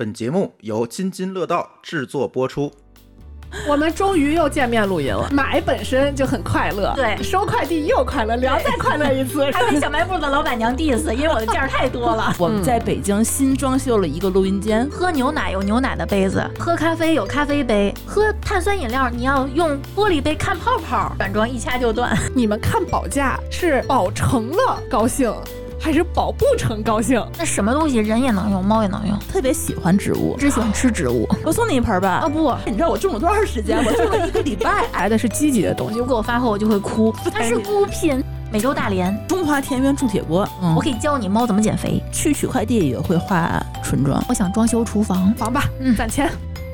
本节目由津津乐道制作播出。 我们终于又见面录音了，买本身就很快乐， 对， 收快递又快乐，聊再快乐一次， 还被小卖部的老板娘 diss， 因为我的件儿太多了。 我们在北京新装修了一个录音间， 喝牛奶有牛奶的杯子，喝咖啡有咖啡杯，喝碳酸饮料你要用玻璃杯看泡泡，软装一掐就断。 你们看保价是保成了高兴，还是保不成高兴？ 那什么东西人也能用，猫也能用？ 特别喜欢植物， 只喜欢吃植物。 我送你一盆吧。 啊不， 你知道我种了多长时间？我种了1个礼拜。 来的是积极的东西， 如果我发货我就会哭。它是孤品，美洲大连， 中华田园铸铁锅。 我可以教你猫怎么减肥。 去取快递也会化唇妆。 我想装修厨房吧，攒钱。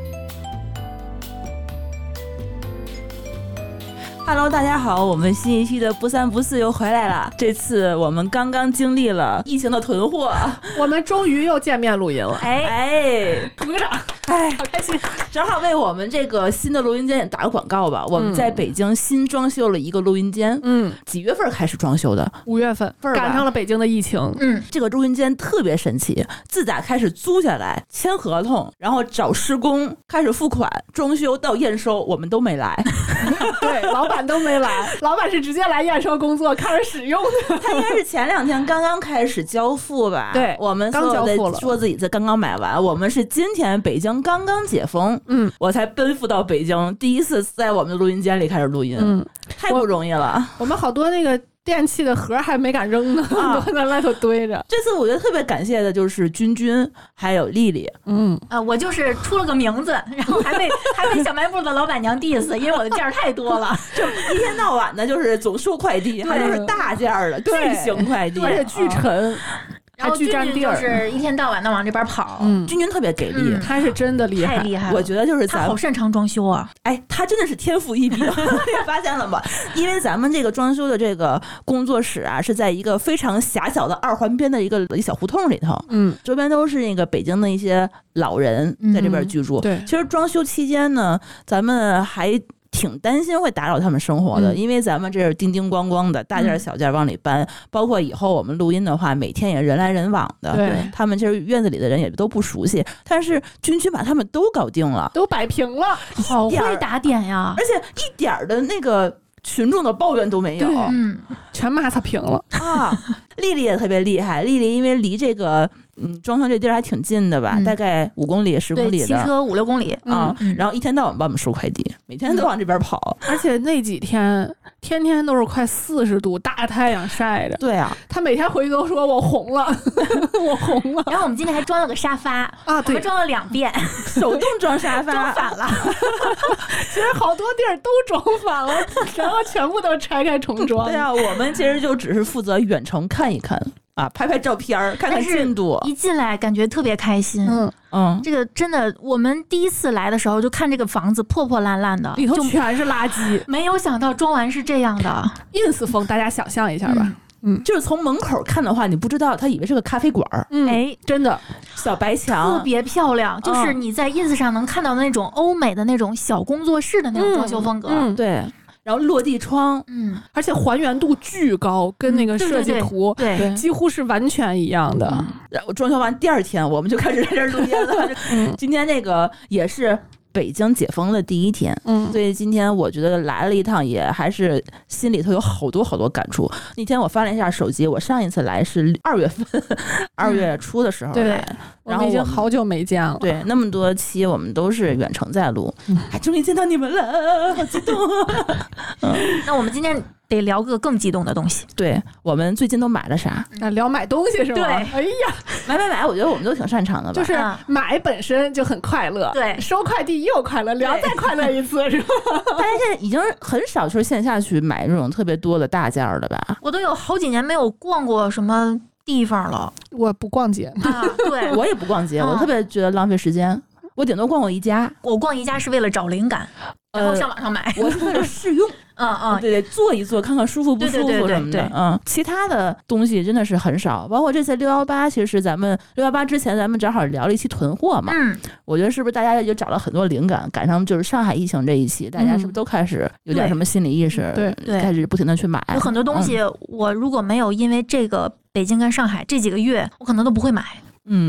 Hello， 大家好，我们新一期的不三不四又回来了。这次我们刚刚经历了疫情的囤货， 我们终于又见面录音了。 鼓个掌！ 好开心！ 正好为我们这个新的录音间也打个广告吧。我们在北京新装修了一个录音间。几月份开始装修的 ？5月份，赶上了北京的疫情。 这个录音间特别神奇，自打开始租下来、签合同，然后找施工、开始付款、装修到验收，我们都没来。 对，老板都没来，老板是直接来验收工作，看着使用的。 他应该是前2天刚刚开始交付吧？ 对， 我们所有的桌子椅子刚刚买完，我们是今天北京刚刚解封，我才奔赴到北京，第一次在我们的录音间里开始录音，太不容易了。 我们好多那个电器的盒还没敢扔呢，都在外头堆着。 这次我觉得特别感谢的就是君君还有丽丽。 我就是出了个名字，然后还被小卖部的老板娘 diss， 因为我的件儿太多了， 就一天到晚的就是总收快递，还都是大件的巨型快递， 而且巨沉。 然后君君就是一天到晚的往这边跑， 君君特别给力， 他是真的厉害， 太厉害了。 我觉得就是他好擅长装修啊， 他真的是天赋异禀，发现了吗？因为咱们这个装修的这个工作室啊，是在一个非常狭小的2环边的一个小胡同里头，周边都是那个北京的一些老人在这边居住。 对， 其实装修期间呢，咱们还挺担心会打扰他们生活的，因为咱们这是叮叮咣咣的大件小件往里搬，包括以后我们录音的话，每天也人来人往的， 对， 他们就是院子里的人也都不熟悉，但是君君把他们都搞定了， 都摆平了， 好会打点呀， 而且一点的那个群众的抱怨都没有， 全骂他平了啊！丽丽也特别厉害，丽丽因为离这个装修这地儿还挺近的吧，大概5公里10公里的， 骑车5-6公里啊。然后一天到晚帮我们收快递，每天都往这边跑， 而且那几天天天都是快40度大太阳晒着。 对啊， 他每天回去都说我红了，我红了。 然后我们今天还装了个沙发啊，对，我们装了2遍， 手动装沙发， 装反了。 其实好多地儿都装反了，然后全部都拆开重装。 对啊，我们其实就只是负责远程看一看啊，拍拍照片，看看进度。 一进来感觉特别开心。这个真的，我们第一次来的时候就看这个房子破破烂烂的， 里头全是垃圾， 没有想到装完是这样的 ins 风，大家想象一下吧。 就是从门口看的话，你不知道，他以为是个咖啡馆。 真的小白墙特别漂亮，就是你在 ins 上能看到那种欧美的那种小工作室的那种装修风格。 对。然后落地窗， 而且还原度巨高，跟那个设计图对几乎是完全一样的。 然后装修完第2天，我们就开始在这录音了。今天这个也是北京解封的第1天，所以今天我觉得来了一趟，也还是心里头有好多好多感触。那天我翻了一下手机，我上一次来是2月份，2月初的时候来。然后已经好久没见了， 对，那么多期我们都是远程在录，还终于见到你们了，好激动啊！ 那我们今天得聊个更激动的东西。 对，我们最近都买了啥？ 聊买东西是吗？对，哎呀， 买，我觉得我们都挺擅长的吧。 就是买本身就很快乐， 对， 收快递又快乐，聊再快乐一次是吧？ 大家现在已经很少说线下去买这种特别多的大件的吧？ 我都有好几年没有逛过什么地方了。 我不逛街啊，对， 我也不逛街，我特别觉得浪费时间。我顶多逛过宜家， 我逛宜家是为了找灵感，然后上网上买。 我是为了试用，对，做一做看看舒服不舒服什么的，其他的东西真的是很少。包括这次618，其实咱们618之前咱们正好聊了一期囤货嘛，我觉得是不是大家也找了很多灵感，赶上就是上海疫情这一期，大家是不是都开始有点什么心理意识， 对， 开始不停的去买。 有很多东西，我如果没有因为这个北京跟上海这几个月，我可能都不会买。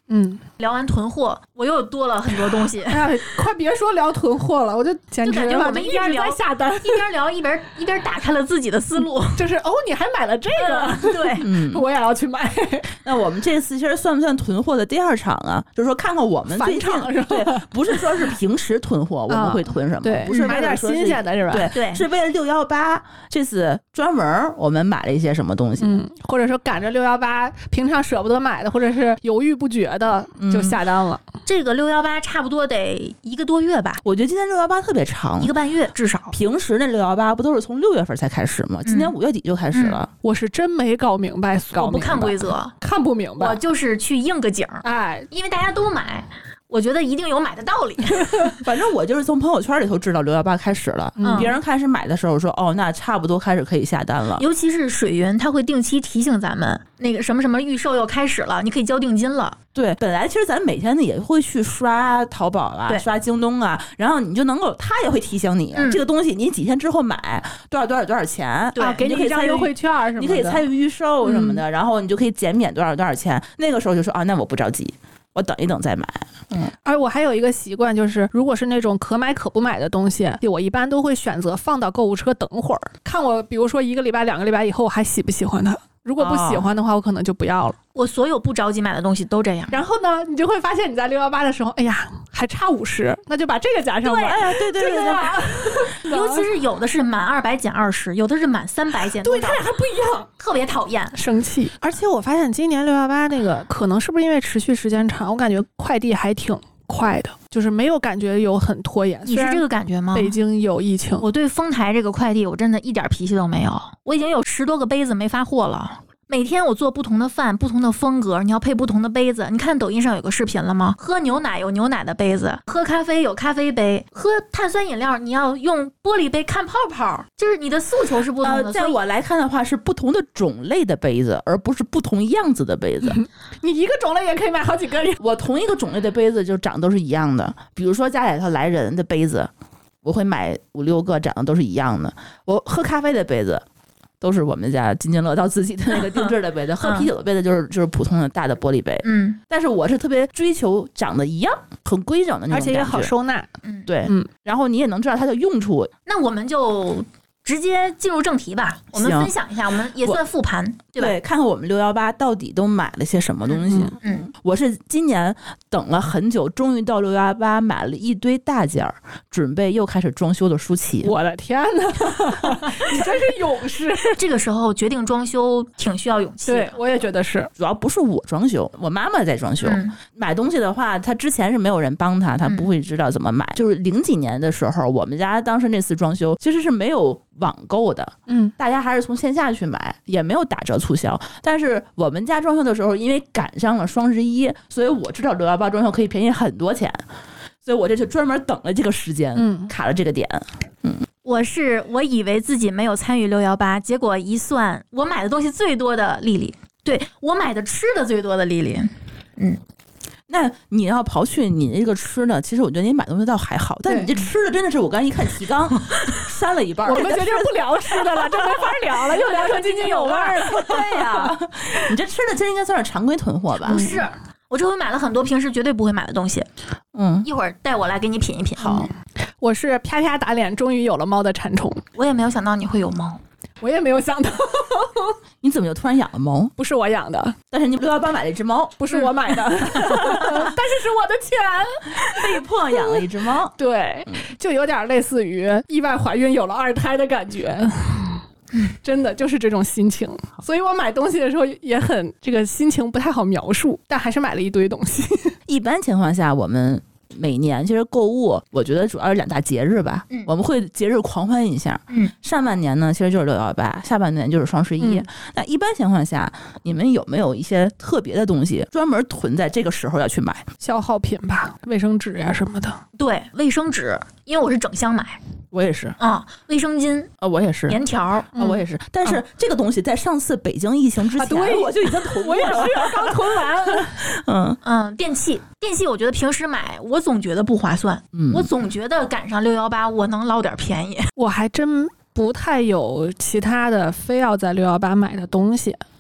聊完囤货，我又多了很多东西。 哎呀，快别说聊囤货了，我就简直就感觉我们一边聊下单， 一边聊一边打开了自己的思路。 就是你还买了这个， 对， 我也要去买。 那我们这次其实算不算囤货的第二场啊？就是说看看我们最近对，不是说是平时囤货我们会囤什么， 对， 不是买点新鲜的是吧？ 对，是为了618这次专门我们买了一些什么东西， 或者说赶着618，平常舍不得买的，或者是犹豫不决的，就下单了。 这个618差不多得1个多月吧， 我觉得今年618特别长 ，1个半月至少。 平时那618不都是从6月份才开始吗？今年5月底就开始了。 我是真没搞明白， 我不看规则， 看不明白， 我就是去应个景。 哎， 因为大家都买。我觉得一定有买的道理。 反正我就是从朋友圈里头知道618开始了，别人开始买的时候说那差不多开始可以下单了。 尤其是水云，它会定期提醒咱们那个什么什么预售又开始了，你可以交定金了。 对，本来其实咱每天呢也会去刷淘宝啊，刷京东啊，然后你就能够，他也会提醒你，这个东西你几天之后买多少钱， 对， 给你一张优惠券什么的， 你可以参与预售什么的，然后你就可以减免多少钱。那个时候就说那我不着急。我等一等再买。 而我还有一个习惯，就是如果是那种可买可不买的东西，我一般都会选择放到购物车等会儿，看我比如说1个礼拜、2个礼拜以后我还喜不喜欢它。如果不喜欢的话，我可能就不要了。 我所有不着急买的东西都这样。 然后呢，你就会发现你在618的时候，哎呀，还差50，那就把这个加上吧。 对， 哎呀，对， 尤其是有的是满200减20，有的是满300减多少， 对，它俩还不一样， 特别讨厌， 生气。而且我发现今年618那个，可能是不是因为持续时间长，我感觉快递还挺快的，就是没有感觉有很拖延。 你是这个感觉吗？ 北京有疫情， 我对丰台这个快递我真的一点脾气都没有。我已经有10多个杯子没发货了。每天我做不同的饭，不同的风格，你要配不同的杯子。你看抖音上有个视频了吗？喝牛奶有牛奶的杯子，喝咖啡有咖啡杯，喝碳酸饮料你要用玻璃杯看泡泡，就是你的诉求是不同的。 在我来看的话，是不同的种类的杯子，而不是不同样子的杯子。 你一个种类也可以买好几个。 我同一个种类的杯子就长都是一样的，比如说家里头来人的杯子，我会买5、6个，长得都是一样的。我喝咖啡的杯子都是我们家津津乐道自己的那个定制的杯子，喝啤酒的杯子就是普通的大的玻璃杯。但是我是特别追求长得一样、很规整的那种感觉， 而且也好收纳。 对，然后你也能知道它的用处。 那我们就直接进入正题吧，我们分享一下，我们也算复盘，对吧？ 对，看看我们618到底都买了些什么东西。我是今年等了很久，终于到618买了一堆大件儿，准备又开始装修的舒淇。 我的天哪，你真是勇士！ 这个时候决定装修挺需要勇气的。 对，我也觉得是。 主要不是我装修，我妈妈在装修。买东西的话，她之前是没有人帮她，她不会知道怎么买。就是00几年的时候，我们家当时那次装修其实是没有网购的，大家还是从线下去买，也没有打折促销。但是我们家装修的时候，因为赶上了双11，所以我知道618装修可以便宜很多钱，所以我这就专门等了这个时间，卡了这个点。 我以为自己没有参与618，结果一算，我买的东西最多的丽丽，对，我买的吃的最多的丽丽。 那你要刨去你那个吃的，其实我觉得你买东西倒还好，但你这吃的真的是，我刚一看提纲删了一半。 我们决定不聊吃的了，这没法聊了，又聊成津津有味了。 对呀，你这吃的真应该算是常规囤货吧？ 不是，我这回买了很多平时绝对不会买的东西。一会儿带我来给你品一品。 好， 我是啪啪打脸，终于有了猫的馋虫。 我也没有想到你会有猫。 我也没有想到， 你怎么就突然养了猫？ 不是我养的， 但是你618买了一只猫， 不是我买的，但是是我的钱， 被迫养了一只猫。 对，就有点类似于意外怀孕有了2胎的感觉。真的就是这种心情，所以我买东西的时候也很这个心情不太好描述，但还是买了一堆东西。 一般情况下，我们每年其实购物，我觉得主要是2大节日吧，我们会节日狂欢一下。上半年呢，其实就是618，下半年就是双11。那一般情况下，你们有没有一些特别的东西专门囤在这个时候要去买？ 消耗品吧，卫生纸呀什么的。 对，卫生纸，因为我是整箱买。 我也是卫生巾我也是， 棉条我也是。但是这个东西在上次北京疫情之前，我就已经囤过了。 我也是刚囤完。电器我觉得平时买我总觉得不划算，我总觉得赶上618我能捞点便宜。 我还真不太有其他的非要在618买的东西。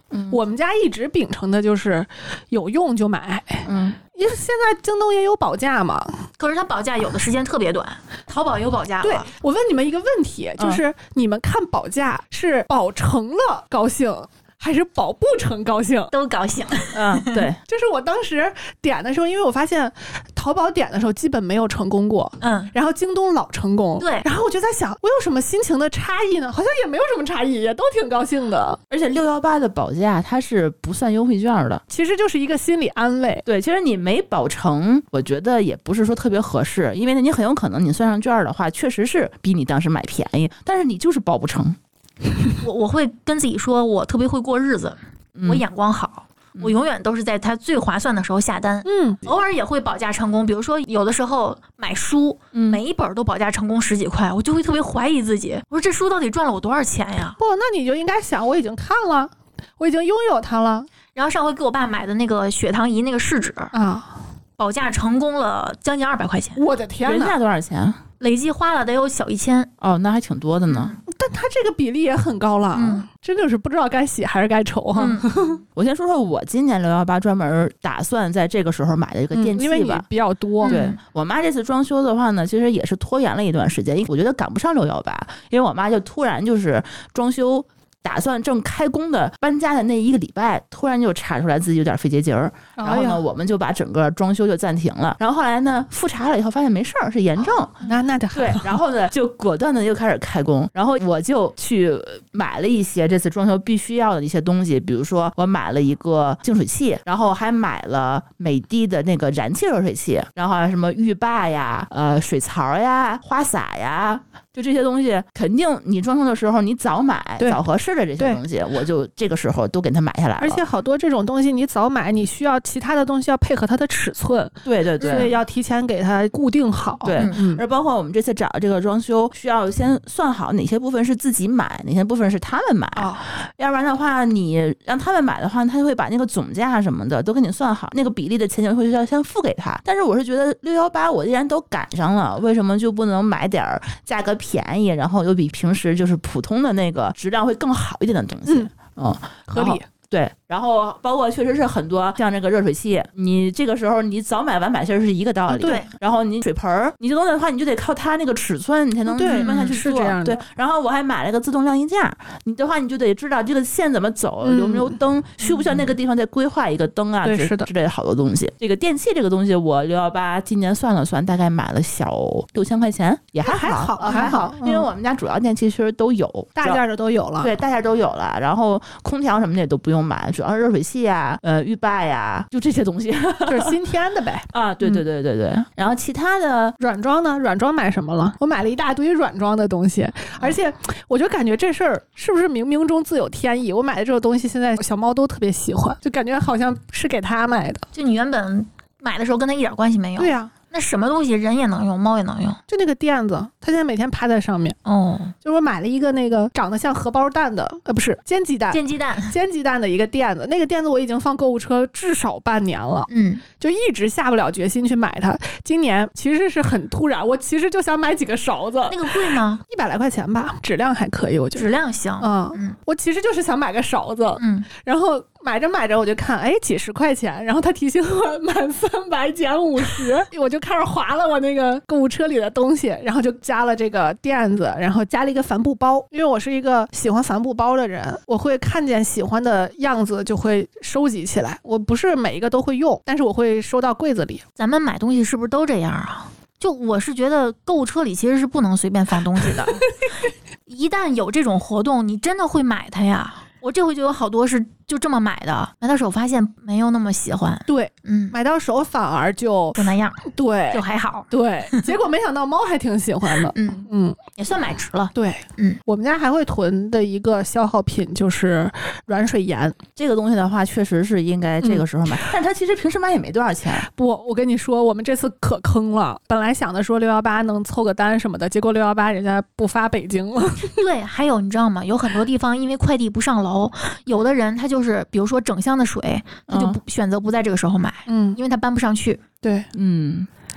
我们家一直秉承的就是有用就买。因为现在京东也有保价嘛， 可是它保价有的时间特别短，淘宝也有保价了。 对，我问你们一个问题，就是你们看保价是保成了高兴还是保不成高兴？ 都高兴。 对， 就是我当时点的时候，因为我发现淘宝点的时候基本没有成功过，然后京东老成功， 对， 然后我就在想，我有什么心情的差异呢？好像也没有什么差异，也都挺高兴的。 而且618的保价它是不算优惠券的， 其实就是一个心理安慰。 对，其实你没保成，我觉得也不是说特别合适，因为你很有可能你算上券的话，确实是比你当时买便宜，但是你就是保不成。 我会跟自己说，我特别会过日子，我眼光好。我永远都是在它最划算的时候下单，偶尔也会保价成功。比如说，有的时候买书，每一本都保价成功10几块，我就会特别怀疑自己，我说这书到底赚了我多少钱呀？ 不，那你就应该想，我已经看了，我已经拥有它了。 然后上回给我爸买的那个血糖仪那个试纸保价成功了将近200块钱。 我的天哪！ 人家多少钱？ 累计花了得有小1000。 哦，那还挺多的呢。 但它这个比例也很高了，真的是不知道该喜还是该愁哈。 我先说说我今年618专门打算在这个时候买的一个电器吧， 因为你比较多。 对，我妈这次装修的话呢，其实也是拖延了一段时间，因为我觉得赶不上618，因为我妈就突然就是装修。打算正开工的搬家的那1个礼拜，突然就查出来自己有点肺结节儿，然后呢，我们就把整个装修就暂停了。然后后来呢，复查了以后发现没事儿，是炎症。 那就对，然后呢，就果断的又开始开工。然后我就去买了一些这次装修必须要的一些东西，比如说我买了一个净水器，然后还买了美的的那个燃气热水器，然后还有什么浴霸呀、水槽呀、花洒呀。就这些东西，肯定你装修的时候你早买早合适的这些东西，我就这个时候都给它买下来了。 而且好多这种东西你早买，你需要其他的东西要配合它的尺寸， 对， 所以要提前给它固定好。 对，而包括我们这次找这个装修，需要先算好哪些部分是自己买，哪些部分是他们买，要不然的话，你让他们买的话，他就会把那个总价什么的都给你算好，那个比例的钱就会要先付给他。但是我是觉得618我既然都赶上了，为什么就不能买点价格便宜，然后又比平时就是普通的那个质量会更好一点的东西？ 合理。 对，然后包括确实是很多像这个热水器，你这个时候你早买晚买其实是一个道理。 对， 然后你水盆儿，你这东西的话，你就得靠它那个尺寸，你才能慢下去做。 是这样的。 对，然后我还买了一个自动晾衣架，你的话你就得知道这个线怎么走，留没有灯，需不需要那个地方再规划一个灯啊，之类的好多东西。这个电器这个东西，我618今年算了算，大概买了小6000块钱，也还好，因为我们家主要电器其实都有， 大件的都有了， 对，大件都有了，然后空调什么的也都不用买，主要是热水器呀、浴霸呀，就这些东西， 就是新添的呗。 对。然后其他的软装呢？软装买什么了？我买了一大堆软装的东西，而且我就感觉这事儿是不是冥冥中自有天意？我买的这个东西，现在小猫都特别喜欢，就感觉好像是给它买的。 就你原本买的时候跟它一点关系没有。 对呀。 那什么东西人也能用，猫也能用？ 就那个垫子，它现在每天趴在上面。就是我买了一个那个长得像荷包蛋的，不是煎鸡蛋的一个垫子。那个垫子我已经放购物车至少半年了，就一直下不了决心去买它。今年其实是很突然，我其实就想买几个勺子。 那个贵吗 ？100来块钱吧，质量还可以，我觉得。 质量行。 我其实就是想买个勺子，然后买着我就看，几十块钱，然后他提醒我满300减50，我就开始划了我那个购物车里的东西，然后就加了这个垫子，然后加了一个帆布包，因为我是一个喜欢帆布包的人，我会看见喜欢的样子就会收集起来，我不是每一个都会用，但是我会收到柜子里。 咱们买东西是不是都这样啊？就我是觉得购物车里其实是不能随便放东西的，一旦有这种活动，你真的会买它呀。我这回就有好多是就这么买的，买到手发现没有那么喜欢。 对，买到手反而就那样， 对， 就还好。 对，结果没想到猫还挺喜欢的， 也算买值了。 对，我们家还会囤的一个消耗品就是软水盐， 这个东西的话，确实是应该这个时候买，但它其实平时买也没多少钱。 不，我跟你说，我们这次可坑了，本来想的说618能凑个单什么的，结果618人家不发北京了。 对，还有你知道吗？有很多地方因为快递不上楼，有的人他就是比如说整箱的水，他就选择不在这个时候买，因为他搬不上去。 对，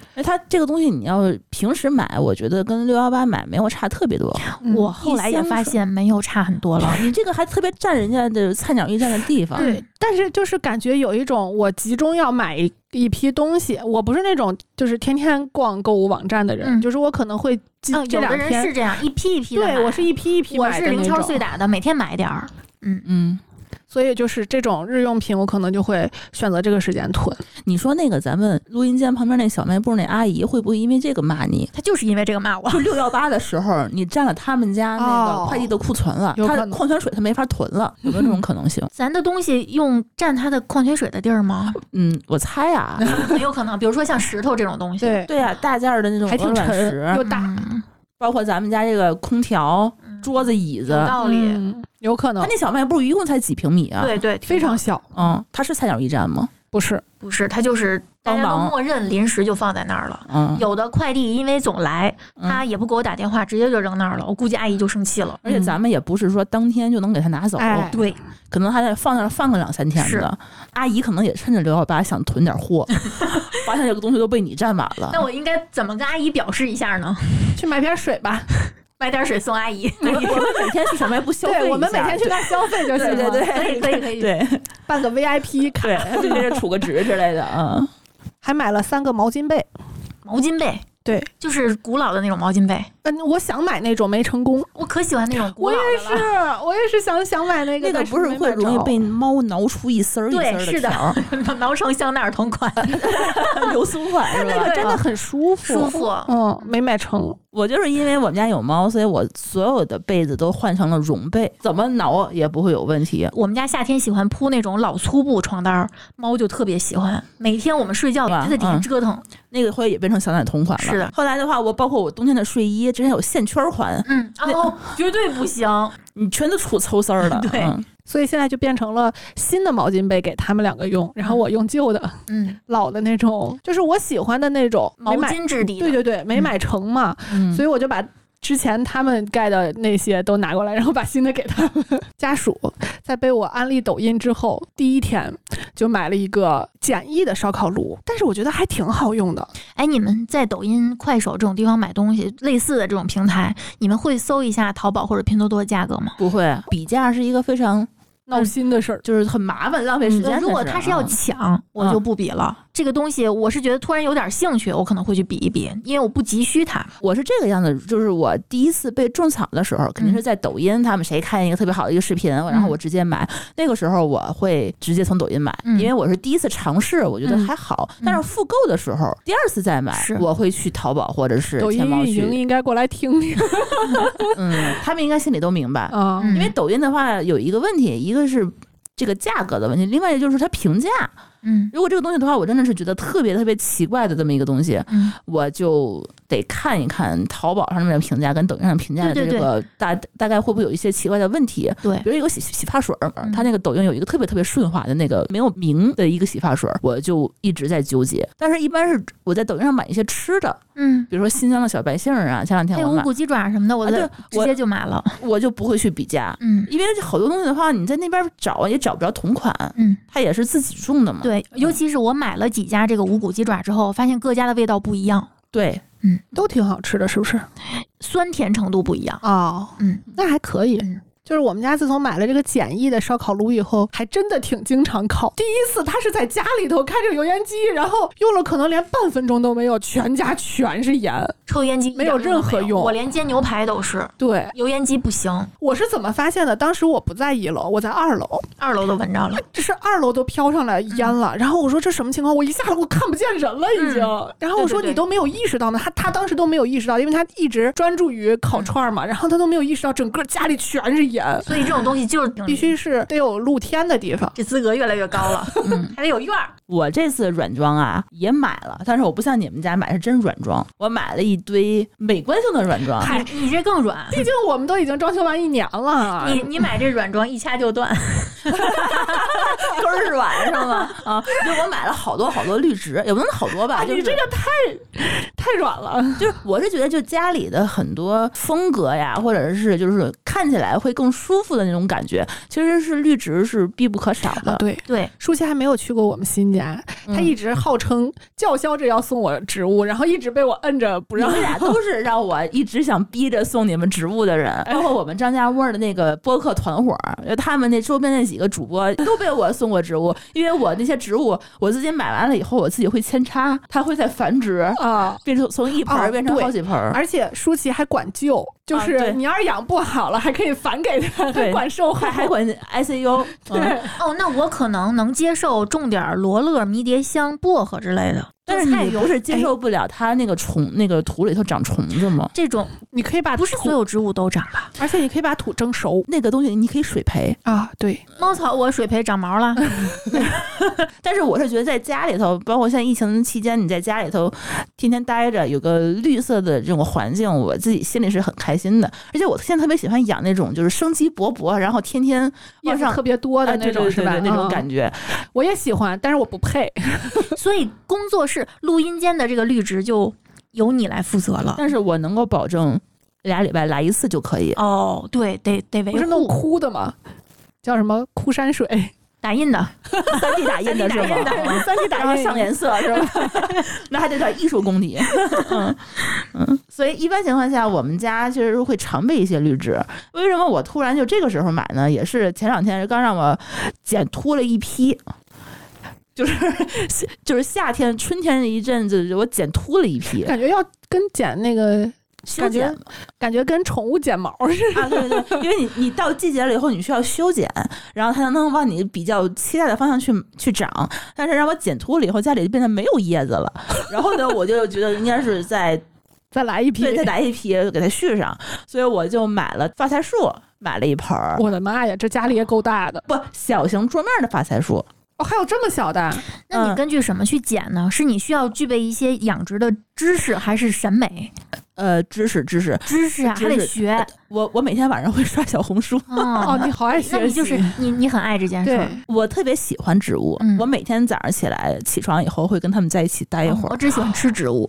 它这个东西你要平时买，我觉得跟618买没有差特别多。 我后来也发现没有差很多了。 你这个还特别占人家的菜鸟驿站的地方。 对，但是就是感觉有一种我集中要买一批东西，我不是那种就是天天逛购物网站的人，就是我可能会这2天。 有的人是这样一批一批的买， 对，我是一批一批买的那种。 我是零超碎打的，每天买点儿。 所以就是这种日用品，我可能就会选择这个时间囤。 你说那个咱们录音间旁边那小卖部那阿姨会不会因为这个骂你？ 她就是因为这个骂我。 就618的时候，你占了他们家那个快递的库存了，他矿泉水他没法囤了，有没有这种可能性？ 咱的东西用占他的矿泉水的地儿吗？ 我猜啊， 很有可能。比如说像石头这种东西， 对啊，大件的那种还挺沉又大。 包括咱们家这个空调、桌子、椅子， 有道理， 有可能。 他那小卖部一共才几平米啊？ 对， 非常小。 它是菜鸟驿站吗？ 不是， 它就是大家都默认临时就放在那儿了。有的快递因为总来，他也不给我打电话，直接就扔那儿了。我估计阿姨就生气了。 而且咱们也不是说当天就能给他拿走， 对， 可能还得放那儿放个2-3天的。阿姨可能也趁着618想囤点货，发现这个东西都被你占满了。 那我应该怎么跟阿姨表示一下呢？ 去买瓶水吧。 买点水送阿姨。 我们每天去小卖部消费一下， 对，我们每天去那消费就行了。 对，可以， 对，办个 VIP 卡， 对，就是储个值之类的啊。 还买了3个毛巾被。 毛巾被， 对， 就是古老的那种毛巾被。 我想买那种没成功。 我可喜欢那种古老的了。 我也是想买那个。 那个不是会容易被猫挠出一丝儿一丝儿的条？ 对，是的，挠成香奈儿同款， 流苏款是吧？ 那个真的很舒服。没买成。 我就是因为我们家有猫，所以我所有的被子都换成了绒被，怎么挠也不会有问题。 我们家夏天喜欢铺那种老粗布床单，猫就特别喜欢，每天我们睡觉它在底下折腾。 那个后来也变成香奈儿同款了。 是的。 后来的话，包括我冬天的睡衣，之前有线圈款， 绝对不行， 你全都出抽丝儿了。 对。 所以现在就变成了新的毛巾被给他们2个用，然后我用旧的，老的那种，就是我喜欢的那种毛巾质地的。 对，没买成嘛，所以我就把之前他们盖的那些都拿过来，然后把新的给他们。家属在被我安利抖音之后，第1天就买了一个简易的烧烤炉，但是我觉得还挺好用的。 哎，你们在抖音、快手这种地方买东西，类似的这种平台，你们会搜一下淘宝或者拼多多的价格吗？ 不会，比价是一个非常闹心的事儿， 就是很麻烦、浪费时间的事。 如果他是要抢，我就不比了。这个东西我是觉得突然有点兴趣，我可能会去比一比，因为我不急需它。 我是这个样子，就是我第一次被种草的时候，肯定是在抖音，他们谁看一个特别好的一个视频，然后我直接买。那个时候我会直接从抖音买，因为我是第一次尝试，我觉得还好。但是复购的时候，第2次再买，我会去淘宝或者是天猫去。 抖音运营应该过来听听。 他们应该心里都明白啊，因为抖音的话有一个问题，一个是这个价格的问题，另外就是它评价。如果这个东西的话，我真的是觉得特别特别奇怪的这么一个东西，我就得看一看淘宝上面的评价跟抖音上评价的这个大概会不会有一些奇怪的问题。 对， 比如一个洗发水，它那个抖音有一个特别特别顺滑的那个没有名的一个洗发水，我就一直在纠结。但是一般是我在抖音上买一些吃的，比如说新疆的小白杏啊，前2天我买五谷鸡爪什么的，我直接就买了， 我就不会去比价，因为好多东西的话，你在那边找也找不着同款，它也是自己种的嘛。 对，尤其是我买了几家这个五谷鸡爪之后，发现各家的味道不一样。 对， 都挺好吃的，是不是？ 酸甜程度不一样哦，那还可以。就是我们家自从买了这个简易的烧烤炉以后，还真的挺经常烤。第一次他是在家里头开着油烟机，然后用了可能连半分钟都没有，全家全是盐。 抽烟机没有任何用， 我连煎牛排都是。 对， 油烟机不行。 我是怎么发现的？当时我不在1楼，我在2楼 ，2楼都闻着了， 这是2楼都飘上来烟了。然后我说这什么情况？我一下我看不见人了已经。然后我说你都没有意识到吗？他当时都没有意识到，因为他一直专注于烤串嘛，然后他都没有意识到整个家里全是盐。 所以这种东西就是必须是得有露天的地方， 这资格越来越高了。还得有院儿。 我这次软装啊也买了，但是我不像你们家买是真软装，我买了一堆美观性的软装。 你这更软， 毕竟我们都已经装修完1年了。 你买这软装一掐就断， 根儿软是吗？啊，就我买了好多好多绿植，也不能好多吧。 你这个太太软了。 就是我是觉得，就家里的很多风格呀，或者是就是看起来会更舒服的那种感觉，其实是绿植是必不可少的。 对对， 舒淇还没有去过我们新家，他一直号称叫嚣着要送我植物，然后一直被我摁着不让。 你们俩都是让我一直想逼着送你们植物的人，包括我们张家窝的那个播客团伙，他们那周边那几个主播都被我送过植物，因为我那些植物我自己买完了以后，我自己会扦插，它会再繁殖啊，变成从一盆变成好几盆， 而且舒淇还管救，就是你要是养不好了，还可以返给他，还管售后， 还管 ICU。 对， 哦，那我可能能接受种点罗勒、迷迭香、薄荷之类的。 但是你不是接受不了它那个那个土里头长虫子吗？ 这种你可以把不是所有植物都长吧？ 而且你可以把土蒸熟， 那个东西你可以水培啊。对， 猫草我水培长毛了。 但是我是觉得在家里头，包括现在疫情期间，你在家里头天天待着，有个绿色的这种环境，我自己心里是很开心的。而且我现在特别喜欢养那种就是生机勃勃，然后天天叶子特别多的那种，是吧？ 那种感觉我也喜欢，但是我不配。 所以工作室录音间的这个绿植就由你来负责了。 但是我能够保证2礼拜来一次就可以。 哦，对，得维护。 不是弄枯的吗？叫什么枯山水？ 打印的 ，3D 打印的是吗？3D 打印上颜色是吧？那还得点艺术功底。所以一般情况下，我们家其实会常备一些绿植。为什么我突然就这个时候买呢？也是前2天刚让我剪秃了一批。就是夏天春天一阵子，我剪秃了一批， 感觉要跟剪那个修剪， 感觉跟宠物剪毛似的啊！对对，因为你到季节了以后，你需要修剪，然后它能往你比较期待的方向去长。但是让我剪秃了以后，家里就变得没有叶子了。然后呢，我就觉得应该是再来一批， 对，再来一批给它续上。所以我就买了发财树，买了一盆。 我的妈呀，这家里也够大的！ 不，小型桌面的发财树。 哦，还有这么小的？ 那你根据什么去剪呢？是你需要具备一些养殖的知识，还是审美？ 知识啊，还得学。 我每天晚上会刷小红书。 哦，你好爱学习。 那你就是你很爱这件事。 我特别喜欢植物。我每天早上起床以后会跟他们在一起待一会儿。 我只喜欢吃植物。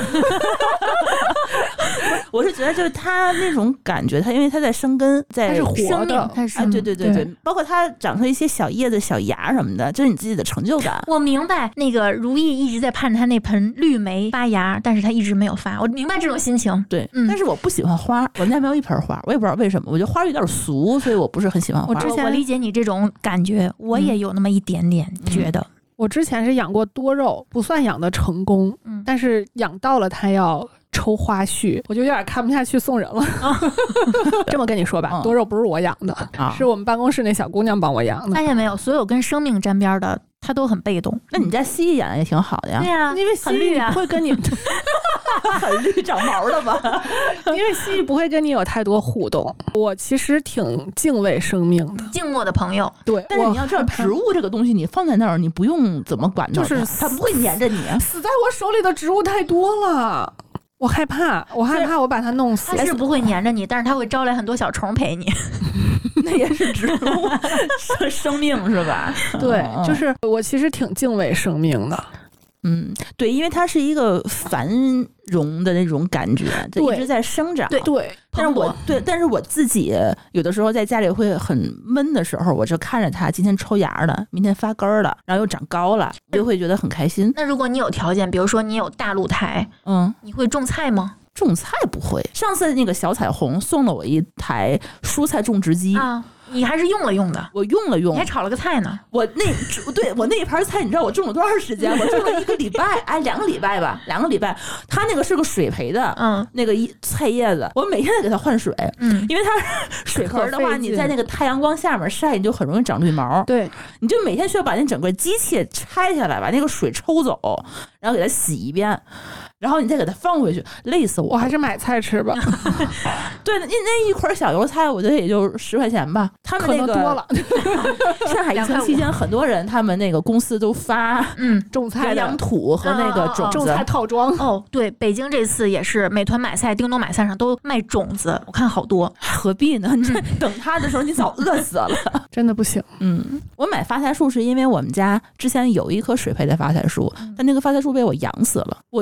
我是觉得就是它那种感觉，它因为它在生根，在是活的， 它是对，包括它长出一些小叶子、小芽什么的，这是你自己的成就感。 我明白，那个如意一直在盼着它那盆绿莓发芽，但是它一直没有发。我明白这种心情。 对，但是我不喜欢花，我们家没有一盆花，我也不知道为什么，我觉得花有点俗，所以我不是很喜欢花。 我理解你这种感觉，我也有那么一点点觉得。 我之前是养过多肉，不算养的成功，但是养到了它要抽花絮，我就有点看不下去送人了。这么跟你说吧，多肉不是我养的，是我们办公室那小姑娘帮我养的。 发现没有，所有跟生命沾边的，它都很被动。 那你家蜥蜴养的也挺好的呀？ 对呀， 因为蜥蜴不会跟你很绿长毛的吧？ 因为蜥蜴不会跟你有太多互动。我其实挺敬畏生命的， 静默的朋友。 对， 但是你要知道，植物这个东西你放在那儿，你不用怎么管它， 就是它不会粘着你。 死在我手里的植物太多了。我害怕我把它弄死。 它是不会粘着你，但是它会招来很多小虫陪你。 那也是植物生命是吧？ 对，就是我其实挺敬畏生命的。 对，因为它是一个繁荣的那种感觉，它一直在生长。 对， 但是我自己有的时候在家里会很闷的时候，我就看着它今天抽芽了，明天发根了，然后又长高了，就会觉得很开心。 那如果你有条件，比如说你有大露台，你会种菜吗？ 种菜不会。上次那个小彩虹送了我一台蔬菜种植机啊。你还是用了用的， 我用了用， 你还炒了个菜呢。 我那一盘菜，你知道我种了多长时间？我种了1个礼拜，2个礼拜吧，2个礼拜。它那个是个水培的，那个菜叶子，我每天得给它换水，因为它水盆的话，你在那个太阳光下面晒，你就很容易长绿毛。 对， 你就每天需要把那整个机器拆下来，把那个水抽走，然后给它洗一遍。然后你再给它放回去，累死我！ 我还是买菜吃吧。 对，那一捆小油菜，我觉得也就10块钱吧。他们那个可能多了。 上海疫情期间，很多人他们那个公司都发种菜养土和那个种子种菜套装。 哦，对，北京这次也是美团买菜、叮咚买菜上都卖种子，我看好多。 何必呢？你等它的时候，你早饿死了。 真的不行。 我买发财树是因为我们家之前有一棵水培的发财树，但那个发财树被我养死了。我觉得发财树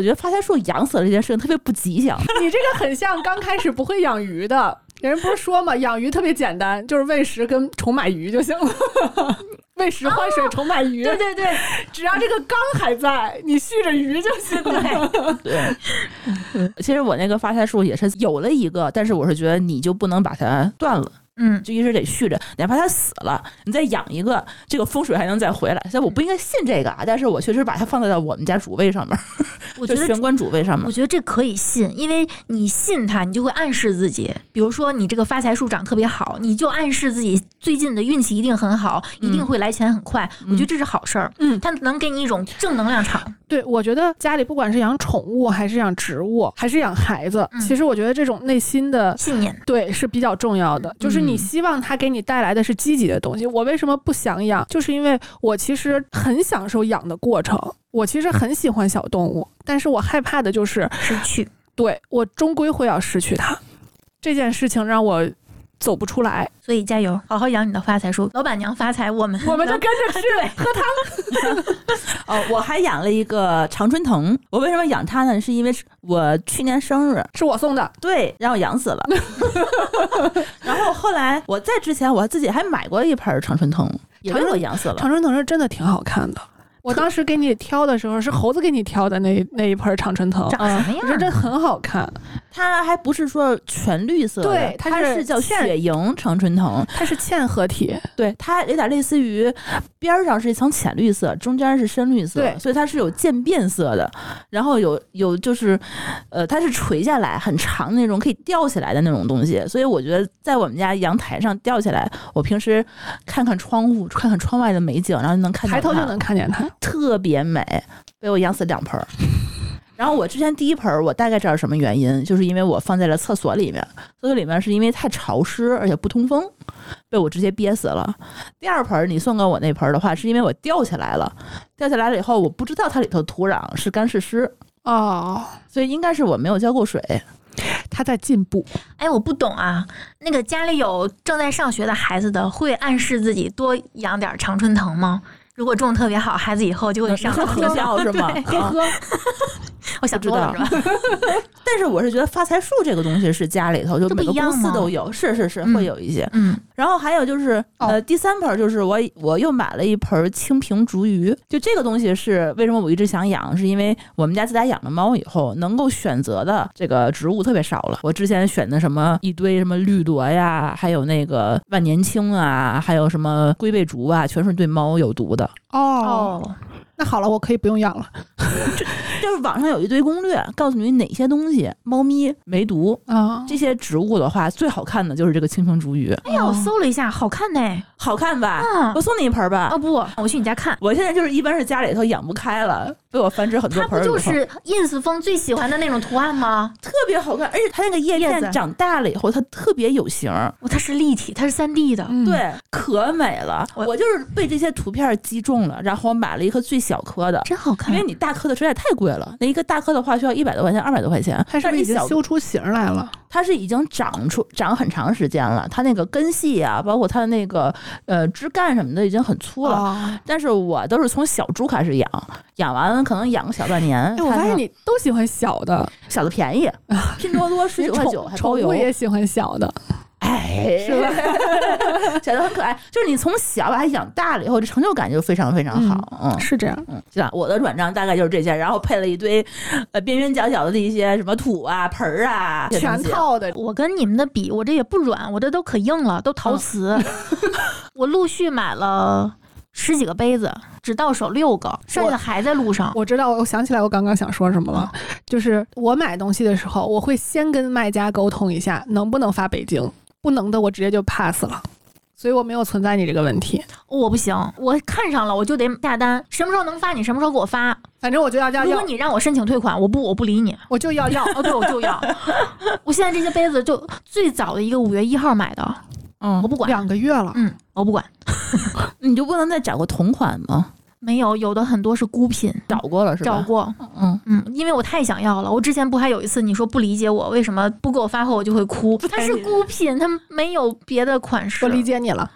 树养死了这件事情特别不吉祥。 你这个很像刚开始不会养鱼的人，不是说嘛，养鱼特别简单，就是喂食跟重买鱼就行了。喂食换水重买鱼， 对对对， 只要这个缸还在，你续着鱼就行了。 对，其实我那个发财树也是有了一个，但是我是觉得你就不能把它断了。就一直得续着，哪怕它死了，你再养一个，这个风水还能再回来。所以我不应该信这个啊，但是我确实把它放在了我们家主位上面， 我觉得玄关主位上面。 我觉得这可以信，因为你信它，你就会暗示自己，比如说你这个发财树长特别好，你就暗示自己最近的运气一定很好，一定会来钱很快。我觉得这是好事儿，它能给你一种正能量场。 对，我觉得家里不管是养宠物，还是养植物，还是养孩子，其实我觉得这种内心的信念， 对，是比较重要的。就是你希望它给你带来的是积极的东西。我为什么不想养？就是因为我其实很享受养的过程，我其实很喜欢小动物，但是我害怕的就是失去。 对，我终归会要失去它，这件事情让我走不出来。 所以加油，好好养你的发财树。老板娘发财，我们就跟着吃喝汤。 我还养了一个常春藤。我为什么养它呢？是因为我去年生日是我送的， 对，让我养死了。然后后来我在之前我自己还买过一盆常春藤，也被我养死了。 常春藤是真的挺好看的。我当时给你挑的时候是猴子给你挑的那一盆常春藤， 长什么样？ 我觉得这很好看。 它还不是说全绿色的， 对， 它是叫雪莹常春藤， 它是嵌合体。对， 它有点类似于边上是一层浅绿色，中间是深绿色， 对， 所以它是有渐变色的。然后有就是它是垂下来很长那种可以吊起来的那种东西，所以我觉得在我们家阳台上吊起来，我平时看看窗户，看看窗外的美景，然后能看见它， 抬头就能看见它， 特别美。被我养死2盆。然后我之前第一盆我大概知道什么原因，就是因为我放在了厕所里面，厕所里面是因为太潮湿而且不通风，被我直接憋死了。第2盆你送给我那盆的话，是因为我吊起来了以后，我不知道它里头土壤是干是湿所以应该是我没有浇过水。 它在进步。 哎，我不懂啊，那个家里有正在上学的孩子的，会暗示自己多养点常春藤吗？如果种特别好，孩子以后就会上特效是吗？ 我想多了是吧？ 但是我是觉得发财树这个东西是家里头就每个公司都有，是会有一些。然后还有就是第3盆就是我又买了一盆青萍竹鱼，就这个东西是为什么我一直想养，是因为我们家自打养了猫以后，能够选择的这个植物特别少了。我之前选的什么一堆什么绿萝呀，还有那个万年青啊，还有什么龟背竹啊，全是对猫有毒的。 那好了，我可以不用养了。 就是网上有一堆攻略，告诉你哪些东西猫咪没毒这些植物的话，最好看的就是这个青萍竹鱼。 哎呀，我搜了一下，好看呢， 好看吧？我送你一盆吧。 不，我去你家看。 我现在就是一般是家里头养不开了，被我繁殖很多盆。 它不就是 ins 风最喜欢的那种图案吗？ 特别好看，而且它那个叶片长大了以后，它特别有型。 它是立体，它是3D 的， 对，可美了。我就是被这些图片击中了，然后我买了一颗最小颗的， 真好看。 因为你大颗的实在太贵了，那一个大颗的话需要100多块钱、200多块钱。 它是不是已经修出型来了？ 它是已经长很长时间了，它那个根系啊，包括它的那个枝干什么的已经很粗了。但是我都是从小株开始养完可能养个小半年。 我发现你都喜欢小的便宜，拼多多19.9块还包邮。 我也喜欢小的。 是吧？小的很可爱，就是你从小把它养大了以后，这成就感就非常非常好。 是这样。 是吧？我的转账大概就是这些，然后配了一堆边边角角的一些什么土啊、盆啊， 全套的。 我跟你们的比，我这也不软，我这都可硬了，都陶瓷。我陆续买了10几个杯子，只到手6个，剩下的还在路上。 我知道，我想起来我刚刚想说什么了，就是我买东西的时候，我会先跟卖家沟通一下能不能发北京，不能的我直接就 pass 了。所以我没有存在你这个问题。 我不行，我看上了我就得下单，什么时候能发你什么时候给我发， 反正我就要。 如果你让我申请退款，我不理你， 我就要。 对，我就要。我现在这些杯子就最早的一个5月1号买的，我不管 ，2个月了， 我不管。 你就不能再找个同款吗？ 没有，有的很多是孤品， 找过了是吧？ 找过，因为我太想要了。我之前不还有一次你说不理解我，为什么不给我发货我就会哭？它是孤品，它没有别的款式。 我理解你了，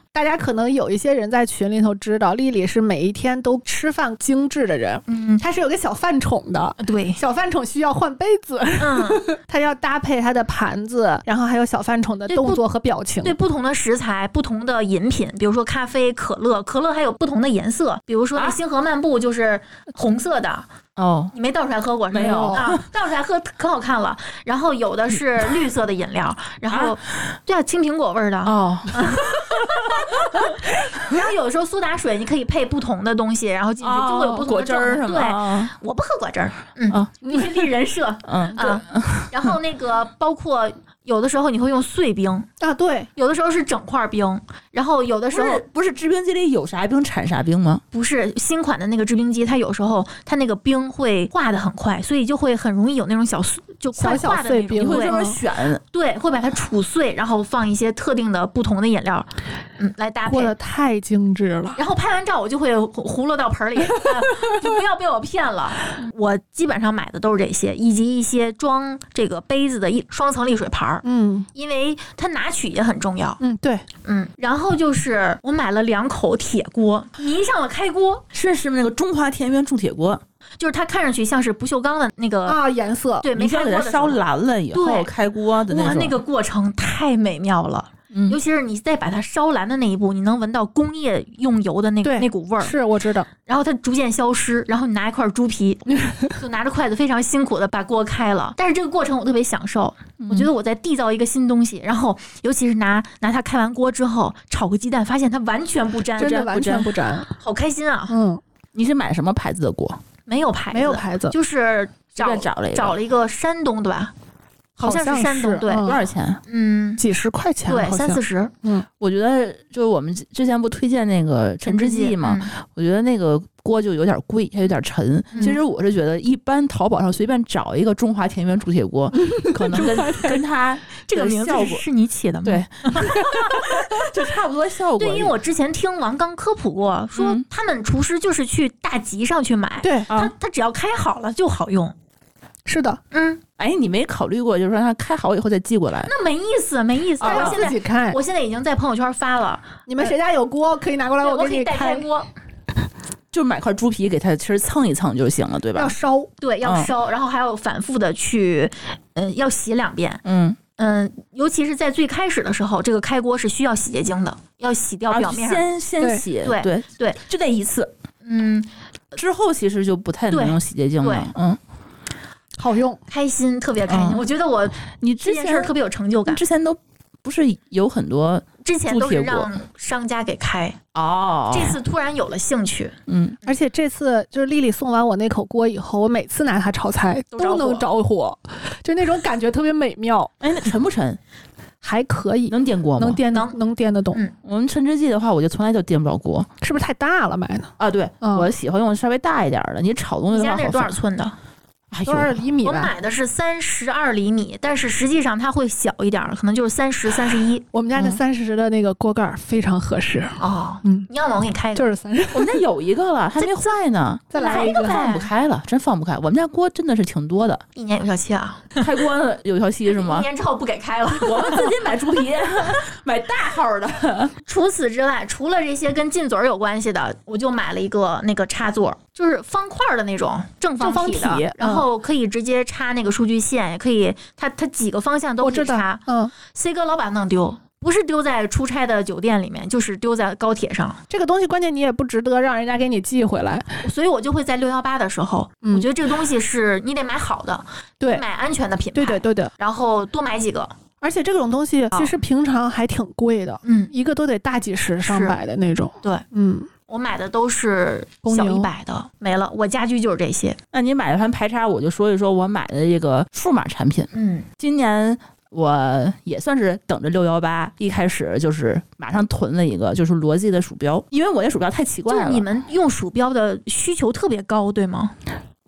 大家可能有一些人在群里头知道，丽丽是每一天都吃饭精致的人，她是有个小饭宠的， 对， 小饭宠需要换杯子，她要搭配她的盘子，然后还有小饭宠的动作和表情， 对不同的食材、不同的饮品，比如说咖啡、可乐，可乐还有不同的颜色，比如说那星河漫步就是红色的。你没倒出来喝过是吧？ 没有啊，倒出来喝可好看了。然后有的是绿色的饮料，然后对啊，青苹果味儿的然后有的时候苏打水你可以配不同的东西，然后进去就会有不同的果汁儿什么。 对，我不喝果汁儿，必须立人设然后那个包括。有的时候你会用碎冰啊，对， 有的时候是整块冰，然后有的时候不是制冰机里有啥冰产啥冰吗？ 不是新款的那个制冰机，它有时候它那个冰会化的很快，所以就会很容易有那种就快化的那种冰， 会专门选， 对，会把它杵碎，然后放一些特定的不同的饮料，来搭配。 过得太精致了。 然后拍完照我就会糊落到盆里，就不要被我骗了。我基本上买的都是这些，以及一些装这个杯子的双层沥水盘。因为它拿取也很重要。 对， 然后就是我买了2口铁锅，迷上了开锅， 是那个中华田园铸铁锅， 就是它看上去像是不锈钢的那个颜色， 对，没开锅的时候你给它烧蓝了以后开锅的那种， 哇，那个过程太美妙了。尤其是你再把它烧蓝的那一步，你能闻到工业用油的那股味儿， 是我知道。 然后它逐渐消失，然后你拿一块猪皮，就拿着筷子非常辛苦的把锅开了。但是这个过程我特别享受，我觉得我在缔造一个新东西。然后尤其是拿它开完锅之后炒个鸡蛋，发现它完全不粘， 真的完全不粘， 好开心啊！ 你是买什么牌子的锅？ 没有牌子，就是找了一个山东的吧。好像是山东，对， 多少钱？ 几十块钱， 对，30-40。 我觉得就是我们之前不推荐那个陈之记嘛，我觉得那个锅就有点贵，还有点沉。其实我是觉得，一般淘宝上随便找一个中华田园铸铁锅，可能跟它这个名字是你起的吗？ 对，就差不多效果。 对，因为我之前听王刚科普过，说他们厨师就是去大集上去买， 对， 他只要开好了就好用。 是的， 你没考虑过，就是说它开好以后再寄过来？ 那没意思。 我自己开。 我现在已经在朋友圈发了， 你们谁家有锅可以拿过来， 我给你开锅。 就买块猪皮给它其实蹭一蹭就行了，对吧？ 要烧， 对，要烧，然后还要反复的去，要洗2遍。尤其是在最开始的时候，这个开锅是需要洗洁精的，要洗掉表面上。 先洗， 对， 就那一次。之后其实就不太能用洗洁精了。 好用， 开心，特别开心。我觉得你这件事特别有成就感。 之前都不是有很多， 之前都是让商家给开这次突然有了兴趣。 而且这次就是丽丽送完我那口锅以后，我每次拿它炒菜都能着火，就那种感觉特别美妙。 那沉不沉？ 还可以， 能颠锅吗？ 能颠得动。 我们陈之记的话，我就从来就颠不了锅， 是不是太大了买的啊？对，我喜欢用稍微大一点的。你炒东西的话， 你家那多少寸的 ？多少厘米？ 我买的是32厘米，但是实际上它会小一点，可能就是30、31。 我们家那30的那个锅盖非常合适你要吗？我给你开一个。 就是30。 我们家有一个了，还没坏呢， 再来一个。 放不开了，真放不开。我们家锅真的是挺多的。 1年有效期啊？ 开锅有效期是吗 ？1年之后不给开了。 我们自己买猪皮，买大号的。 除此之外，除了这些跟进嘴有关系的，我就买了一个那个插座，就是方块的那种正方体的，然后可以直接插那个数据线，也可以，它几个方向都可以插。C 哥老板能丢，不是丢在出差的酒店里面，就是丢在高铁上。 这个东西关键你也不值得让人家给你寄回来， 所以我就会在618的时候，我觉得这个东西是你得买好的， 对， 买安全的品牌， 对， 然后多买几个。 而且这种东西其实平常还挺贵的，一个都得大几十上百的那种。 对，我买的都是小100的，没了。我家居就是这些。 那你买了盘排插，我就说一说我买的这个数码产品。今年我也算是等着618，一开始就是马上囤了一个，就是罗技的鼠标，因为我那鼠标太奇怪了。 就你们用鼠标的需求特别高，对吗？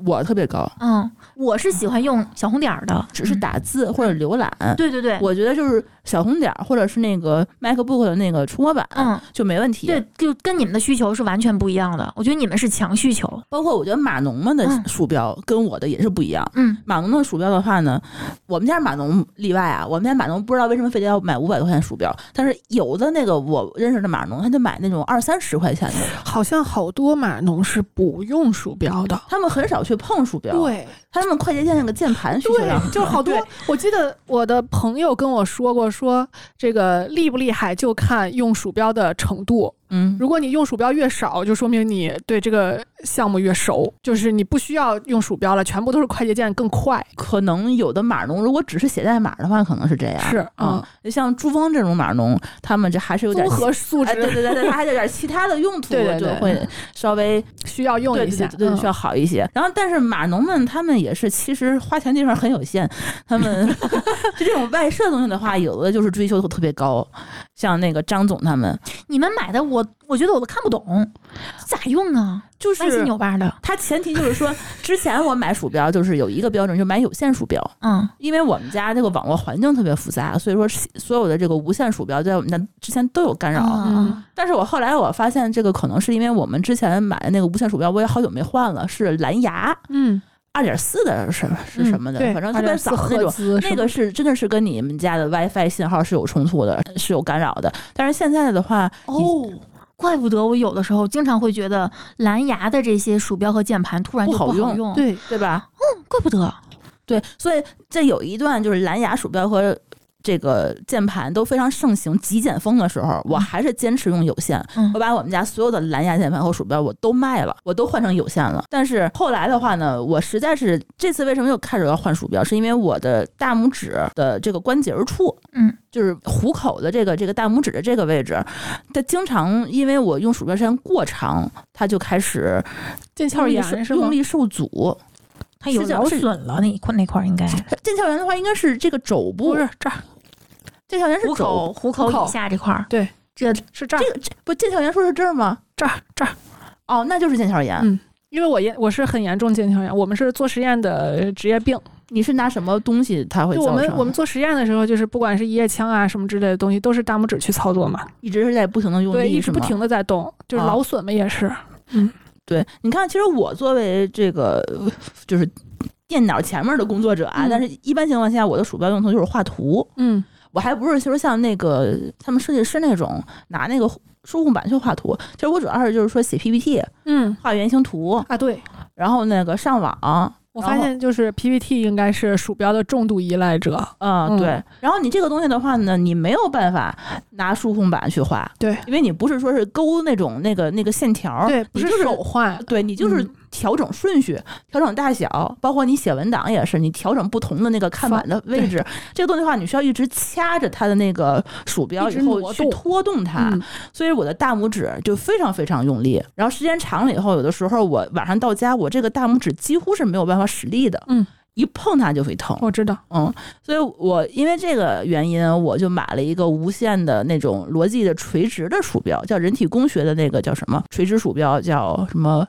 我特别高。 我是喜欢用小红点的， 只是打字或者浏览。 对对对， 我觉得就是小红点或者是那个 MacBook 的那个触摸板，就没问题。 对，就跟你们的需求是完全不一样的。我觉得你们是强需求， 包括我觉得码农们的鼠标跟我的也是不一样。码农的鼠标的话呢，我们家码农例外啊，我们家码农不知道为什么非得要买500多块钱鼠标，但是有的那个我认识的码农，他就买那种20-30块钱的。 好像好多码农是不用鼠标的， 他们很少去碰鼠标。 对， 他们快捷键那个键盘需求量， 就好多。我记得我的朋友跟我说过，说这个厉不厉害就看用鼠标的程度。如果你用鼠标越少，就说明你对这个项目越熟，就是你不需要用鼠标了，全部都是快捷键更快。 可能有的码农如果只是写代码的话，可能是这样。 是像朱峰这种码农，他们这还是有点综合素质。 对对对对，他还有点其他的用途， 对， 就会稍微需要用一下， 对，需要好一些。然后，但是码农们他们也是，其实花钱地方很有限，他们就这种外设东西的话，有的就是追求特别高，像那个张总他们， 你们买的我觉得我都看不懂，咋用啊？ 就是歪七扭八的。 它前提就是说，之前我买鼠标就是有一个标准，就买有线鼠标。因为我们家这个网络环境特别复杂，所以说所有的这个无线鼠标在我们家之前都有干扰。但是我后来我发现，这个可能是因为我们之前买的那个无线鼠标，我也好久没换了，是蓝牙。2.4的是什么的？反正特别早的那种，那个是真的是跟你们家的 WiFi 信号是有冲突的，是有干扰的。但是现在的话， 怪不得我有的时候经常会觉得蓝牙的这些鼠标和键盘突然就不好用， 对吧？ 怪不得。 对，所以这有一段就是蓝牙鼠标和这个键盘都非常盛行极简风的时候，我还是坚持用有线。我把我们家所有的蓝牙键盘和鼠标我都卖了，我都换成有线了。但是后来的话呢，我实在是这次为什么又开始要换鼠标，是因为我的大拇指的这个关节处，就是虎口的这个大拇指的这个位置，它经常因为我用鼠标时间过长，它就开始腱鞘炎是吗？ 用力受阻。 它有劳损了，那块应该腱鞘炎的话，应该是这个肘部， 不是这儿。 腱鞘炎是虎口以下这块， 对， 这是这儿。 这个不腱鞘炎说是这儿吗？ 这儿。 哦，那就是腱鞘炎。 因为我是很严重腱鞘炎，我们是做实验的职业病。 你是拿什么东西它会造成？ 我们做实验的时候，就是不管是一叶枪啊什么之类的东西，都是大拇指去操作嘛， 一直是在不停的用力， 对，一直不停的在动，就是劳损嘛也是。 对，你看，其实我作为这个就是电脑前面的工作者啊，但是一般情况下，我的鼠标用途就是画图。我还不是说像那个他们设计师那种拿那个数控板去画图，其实我主要是就是说写 PPT，画原型图啊，对， 然后那个上网。 我发现就是 PPT 应该是鼠标的重度依赖者。 对。然后你这个东西的话呢，你没有办法拿数控板去画， 对， 因为你不是说是勾那种那个线条， 对，不是手画， 对，你就是调整顺序，调整大小，包括你写文档也是，你调整不同的那个看板的位置。这个东西的话，你需要一直掐着它的那个鼠标以后去拖动它，所以我的大拇指就非常非常用力。然后时间长了以后，有的时候我晚上到家，我这个大拇指几乎是没有办法使力的，一碰它就会疼。 我知道， 所以我因为这个原因，我就买了一个无线的那种罗技的垂直的鼠标，叫人体工学的那个叫什么垂直鼠标，叫什么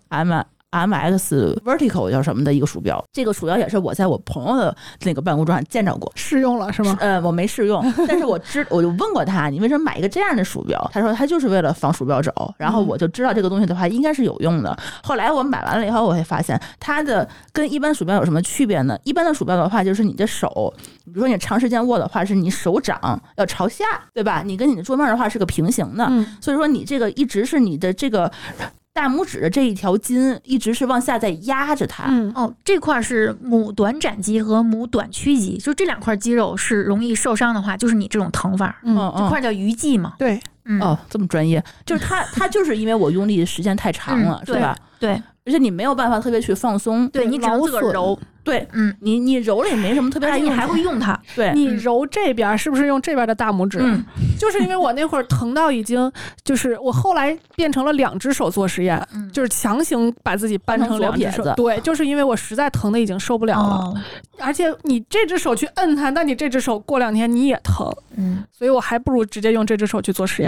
MX Vertical 叫什么的一个鼠标。这个鼠标也是我在我朋友的那个办公桌上见着过， 试用了是吗？ 我没试用，但是我就问过他，你为什么买一个这样的鼠标？他说他就是为了防鼠标肘。然后我就知道这个东西的话应该是有用的。后来我买完了以后，我会发现它的跟一般鼠标有什么区别呢？一般的鼠标的话，就是你的手，比如说你长时间握的话，是你手掌要朝下，对吧？你跟你的桌面的话是个平行的，所以说你这个一直是你的这个大拇指的这一条筋一直是往下在压着它。 这块是母短展肌和母短屈肌，就这两块肌肉是容易受伤的话，就是你这种疼法。这块叫鱼际嘛。 对， 这么专业，就是它就是因为我用力的时间太长了，是吧？ 对。 而且你没有办法特别去放松， 对，你只能自个儿揉。 对，你揉了也没什么特别大用， 你还会用它。 对， 你揉这边是不是用这边的大拇指？就是因为我那会儿疼到已经，就是我后来变成了2只手做实验，就是强行把自己搬成2只手。对，就是因为我实在疼的已经受不了了，而且你这只手去摁它，那你这只手过2天你也疼，所以我还不如直接用这只手去做实验。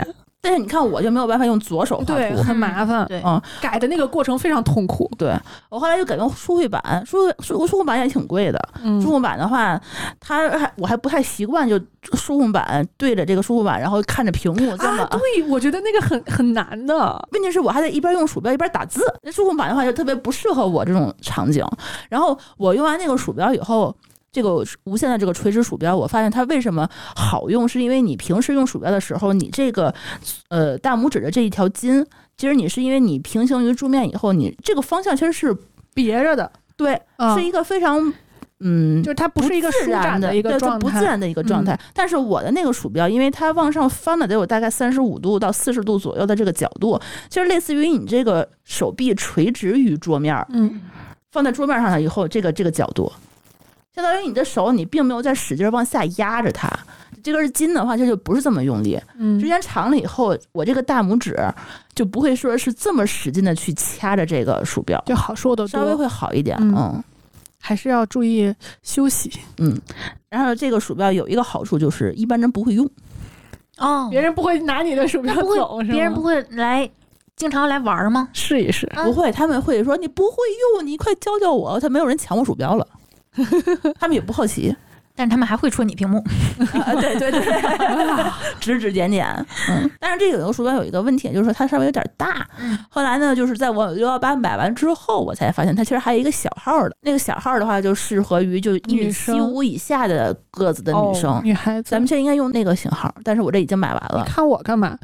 但是你看我就没有办法用左手画图， 对，很麻烦。 对， 改的那个过程非常痛苦。 对，我后来就改用数绘板，数绘板也挺贵的。数绘板的话，我还不太习惯，就数绘板对着这个数绘板，然后看着屏幕这么。 对，我觉得那个很难的。 问题是我还得一边用鼠标一边打字，那数绘板的话就特别不适合我这种场景。然后我用完那个鼠标以后。这个无线的这个垂直鼠标，我发现它为什么好用，是因为你平时用鼠标的时候，你这个大拇指的这一条筋，其实你是因为你平行于桌面以后，你这个方向其实是别着的， 对，是一个非常就是它不是一个舒展的一个状态， 不自然的一个状态。但是我的那个鼠标，因为它往上翻的得有大概35度到40度左右的这个角度，其实类似于你这个手臂垂直于桌面，放在桌面上了以后，这个角度。相当于你的手，你并没有在使劲往下压着它。这根筋的话，它就不是这么用力。时间长了以后，我这个大拇指就不会说是这么使劲的去掐着这个鼠标， 就好受的多， 稍微会好一点。 还是要注意休息。 然后这个鼠标有一个好处就是一般人不会用。 别人不会拿你的鼠标走，是吗？ 别人不会经常来玩吗？ 试一试， 不会，他们会说你不会用，你快教教我。他没有人抢我鼠标了。他们也不好奇， 但是他们还会戳你屏幕。 对对对，指指点点。但是这个鼠标有一个问题，就是说它稍微有点大。后来呢，就是在我618买完之后，我才发现它其实还有一个小号的。那个小号的话，就适合于就1.75米以下的个子的女生、 女孩子。 咱们现在应该用那个型号，但是我这已经买完了。 你看我干嘛？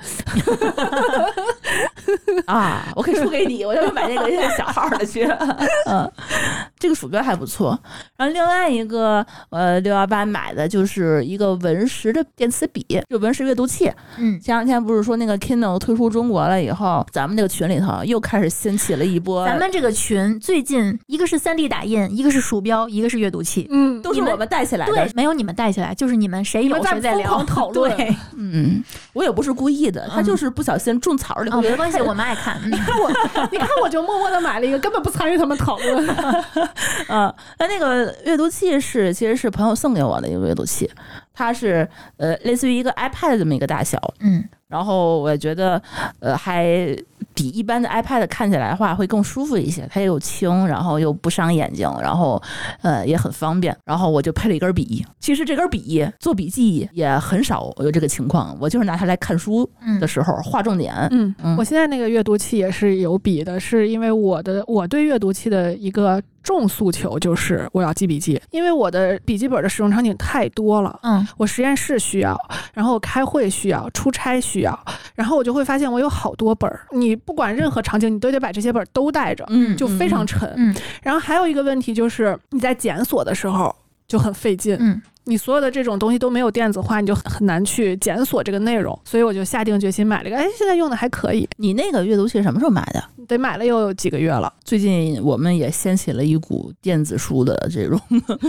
我可以输给你，我要买那个小号的去。这个鼠标还不错。然后另外一个618买的就是一个文石的电磁笔，就文石阅读器。前两天不是说那个 Kindle 退出中国了以后，咱们这个群里头又开始掀起了一波。 咱们这个群最近一个是3D 打印，一个是鼠标，一个是阅读器， 都是我们带起来的。 对，没有你们带起来，就是你们谁有谁在聊讨论。 对， 我也不是故意的，他就是不小心种草里。 没关系，我们爱看。 你看我就默默的买了一个，根本不参与他们讨论。 那个阅读器其实是朋友送给我的一个阅读器，它是类似于一个 iPad 这么一个大小，然后我觉得还比一般的 iPad 看起来的话会更舒服一些，它又轻，然后又不伤眼睛，然后也很方便。然后我就配了一根笔，其实这根笔做笔记也很少有这个情况，我就是拿它来看书的时候划重点。 我现在那个阅读器也是有笔的，是因为我对阅读器的一个重诉求就是我要记笔记，因为我的笔记本的使用场景太多了。我实验室需要，然后开会需要，出差需要，然后我就会发现我有好多本，你不管任何场景，你都得把这些本都带着，就非常沉。然后还有一个问题就是你在检索的时候就很费劲。你所有的这种东西都没有电子化，你就很难去检索这个内容，所以我就下定决心买了一个，现在用的还可以。 你那个阅读器什么时候买的？ 得买了有几个月了。 最近我们也掀起了一股电子书的这种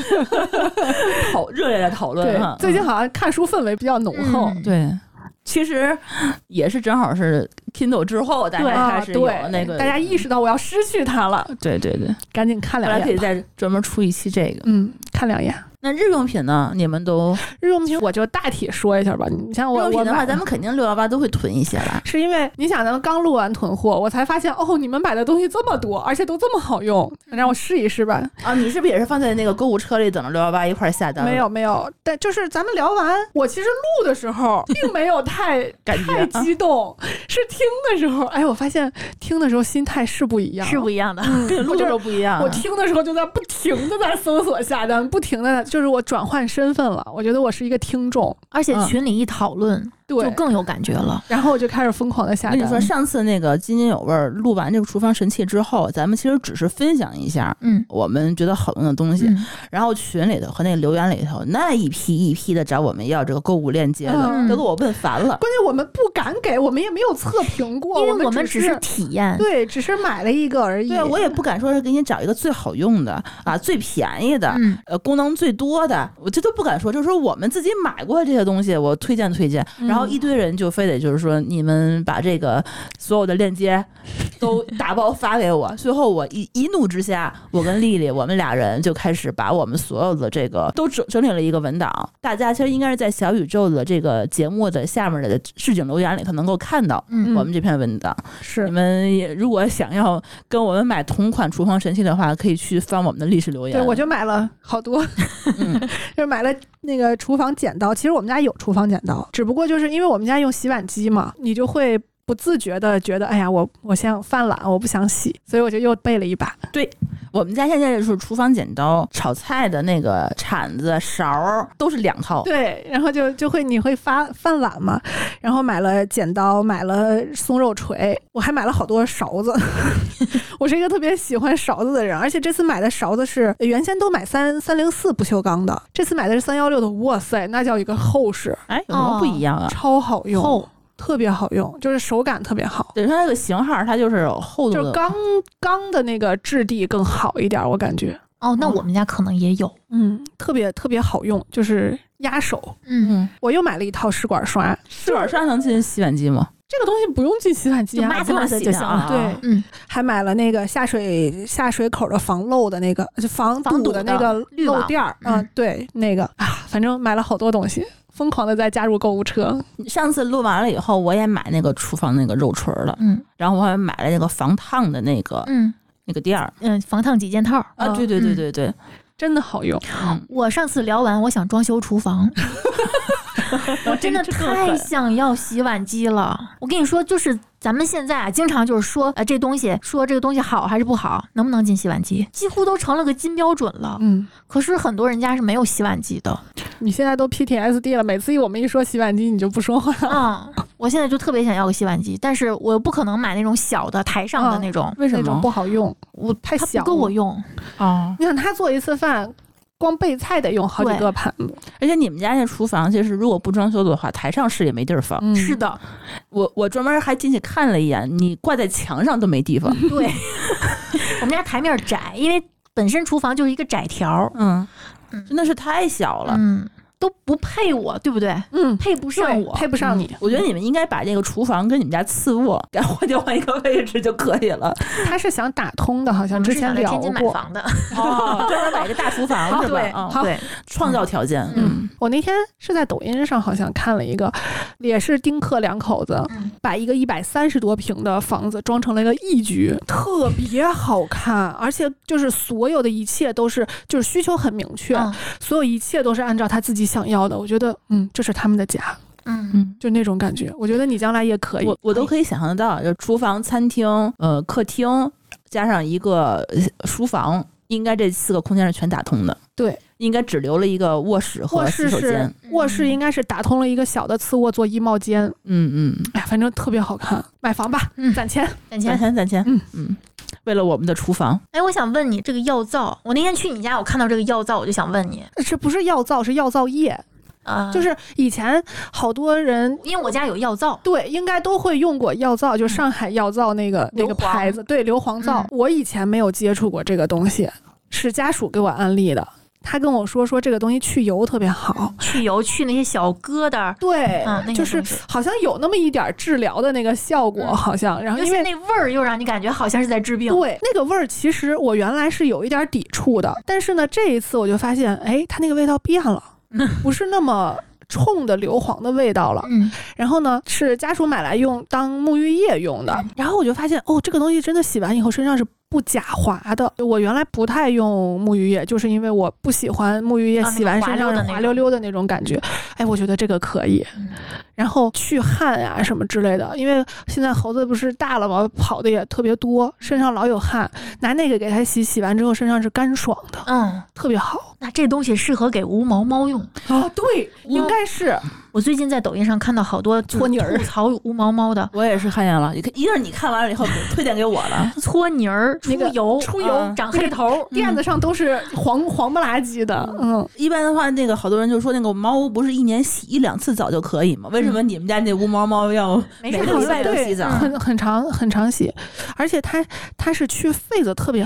热烈的讨论。 对，最近好像看书氛围比较浓厚。 对。其实也是正好是 Kindle 之后，大家开始有那个， 大家意识到我要失去它了。 对对对， 赶紧看两眼。 后来可以再专门出一期这个。 看两眼。 那日用品呢？你们都日用品我就大体说一下吧。你像我日用品的话，咱们肯定618都会囤一些吧。 是因为你想咱们刚录完囤货，我才发现你们买的东西这么多，而且都这么好用，让我试一试吧。 你是不是也是放在那个购物车里等着618一块下单？ 没有，但就是咱们聊完，我其实录的时候并没有太激动，是听的时候，我发现听的时候心态是不一样， 是不一样的， 跟录的时候不一样。 我听的时候就在不停的在搜索下单，不停的就是我转换身份了，我觉得我是一个听众， 而且群里一讨论，就更有感觉了。 然后我就开始疯狂的下单。 跟你说，上次那个津津有味录完这个厨房神器之后，咱们其实只是分享一下，我们觉得好用的东西。然后群里头和那个留言里头，那一批一批的找我们要这个购物链接的，都给我问烦了。 关键我们不敢给，我们也没有测评过， 因为我们只是体验， 对，只是买了一个而已。 对，我也不敢说是给你找一个最好用的最便宜的，功能最多的，我这都不敢说。就是说我们自己买过这些东西，我推荐。然后一堆人就非得就是说，你们把这个所有的链接都打包发给我。最后我一怒之下，我跟丽丽我们俩人就开始把我们所有的这个都整理了一个文档。大家其实应该是在小宇宙的这个节目的下面的置顶留言里头能够看到我们这篇文档。 是你们也如果想要跟我们买同款厨房神器的话，可以去翻我们的历史留言。 对，我就买了好多，就是买了那个厨房剪刀。其实我们家有厨房剪刀，只不过就是因为我们家用洗碗机嘛，你就会不自觉的觉得，哎呀，我现在犯懒，我不想洗，所以我就又备了一把。 对，我们家现在就是厨房剪刀、炒菜的那个铲子、勺都是2套。 对，然后你会犯懒嘛，然后买了剪刀，买了松肉锤，我还买了好多勺子。我是一个特别喜欢勺子的人，而且这次买的勺子是原先都买304不锈钢的，这次买的是316的，哇塞，那叫一个厚实。 哎，有什么不一样啊？ 超好用， 厚。 特别好用，就是手感特别好。 对，它那个型号，它就是厚度， 就是钢的那个质地更好一点，我感觉。 哦，那我们家可能也有。 特别好用，就是压手。我又买了一套试管刷。 试管刷能进洗碗机吗？ 这个东西不用进洗碗机啊， 就抹擦就行了。 对，还买了那个下水口的防漏的那个，就防堵的那个漏垫儿。对，那个反正买了好多东西。疯狂的在加入购物车。 上次录完了以后，我也买那个厨房那个肉锤了，然后我还买了那个防烫的那个，那个垫儿， 防烫几件套啊，对， 真的好用。 我上次聊完，我想装修厨房。我真的太想要洗碗机了。我跟你说，就是咱们现在啊，经常就是说，这个东西好还是不好，能不能进洗碗机，几乎都成了个金标准了。可是很多人家是没有洗碗机的。 你现在都 PTSD 了，每次我们一说洗碗机，你就不说话了。 我现在就特别想要个洗碗机，但是我不可能买那种小的台上的那种， 为什么？那种不好用，太小了， 不够我用。 你想他做一次饭，光备菜得用好几个盘子， 而且你们家那厨房其实如果不装修的话，台上是也没地儿放。 是的， 我专门还进去看了一眼，你挂在墙上都没地方。 对，我们家台面窄，因为本身厨房就是一个窄条， 真的是太小了。 都不配我，对不对？配不上我， 配不上你。 我觉得你们应该把这个厨房跟你们家次卧给换一个位置就可以了。 他是想打通的，好像之前聊过。 天津买房的专门买个大厨房是吧？ 对， 创造条件。 我那天是在抖音上好像看了一个，也是丁克两口子把一个130多平的房子装成了一个1居，特别好看，而且就是所有的一切都是就是需求很明确，所有一切都是按照他自己想要的。我觉得这是他们的家。就那种感觉，我觉得你将来也可以， 我都可以想象得到，就厨房、餐厅、客厅加上一个书房，应该这4个空间是全打通的。 对， 应该只留了一个卧室和洗手间。 卧室应该是打通了一个小的次卧做衣帽间。哎，反正特别好看，买房吧，攒钱。 为了我们的厨房。 哎，我想问你这个药皂，我那天去你家，我看到这个药皂，我就想问你， 这不是药皂，是药皂液。就是以前好多人， 因为我家有药皂， 对，应该都会用过药皂，就上海药皂那个牌子，对，硫磺皂。我以前没有接触过这个东西，是家属给我安利的。他跟我说这个东西去油特别好， 去油去那些小疙瘩， 对，就是好像有那么一点治疗的那个效果，好像。然后因为那味儿又让你感觉好像是在治病。 对，那个味儿其实我原来是有一点抵触的，但是呢，这一次我就发现，哎，它那个味道变了，不是那么冲的硫磺的味道了。然后呢，是家属买来用当沐浴液用的。然后我就发现，这个东西真的洗完以后身上是不假滑的。我原来不太用沐浴液，就是因为我不喜欢沐浴液洗完身上是滑溜溜的那种感觉。哎，我觉得这个可以。然后去汗啊什么之类的，因为现在猴子不是大了嘛，跑的也特别多，身上老有汗，拿那个给它洗完之后身上是干爽的，特别好。 那这东西适合给无毛猫用啊？对，应该是。 我最近在抖音上看到好多搓泥儿吐槽无毛猫的， 我也是看见了。一个是你看完了以后推荐给我了， 搓泥儿、出油、长黑头， 垫子上都是黄不拉几的。 一般的话，那个好多人就说那个猫不是1年洗1-2次澡就可以吗？为什么你们家那无毛猫要每个礼拜都洗澡？ 很常洗，而且它是去痱子特别好。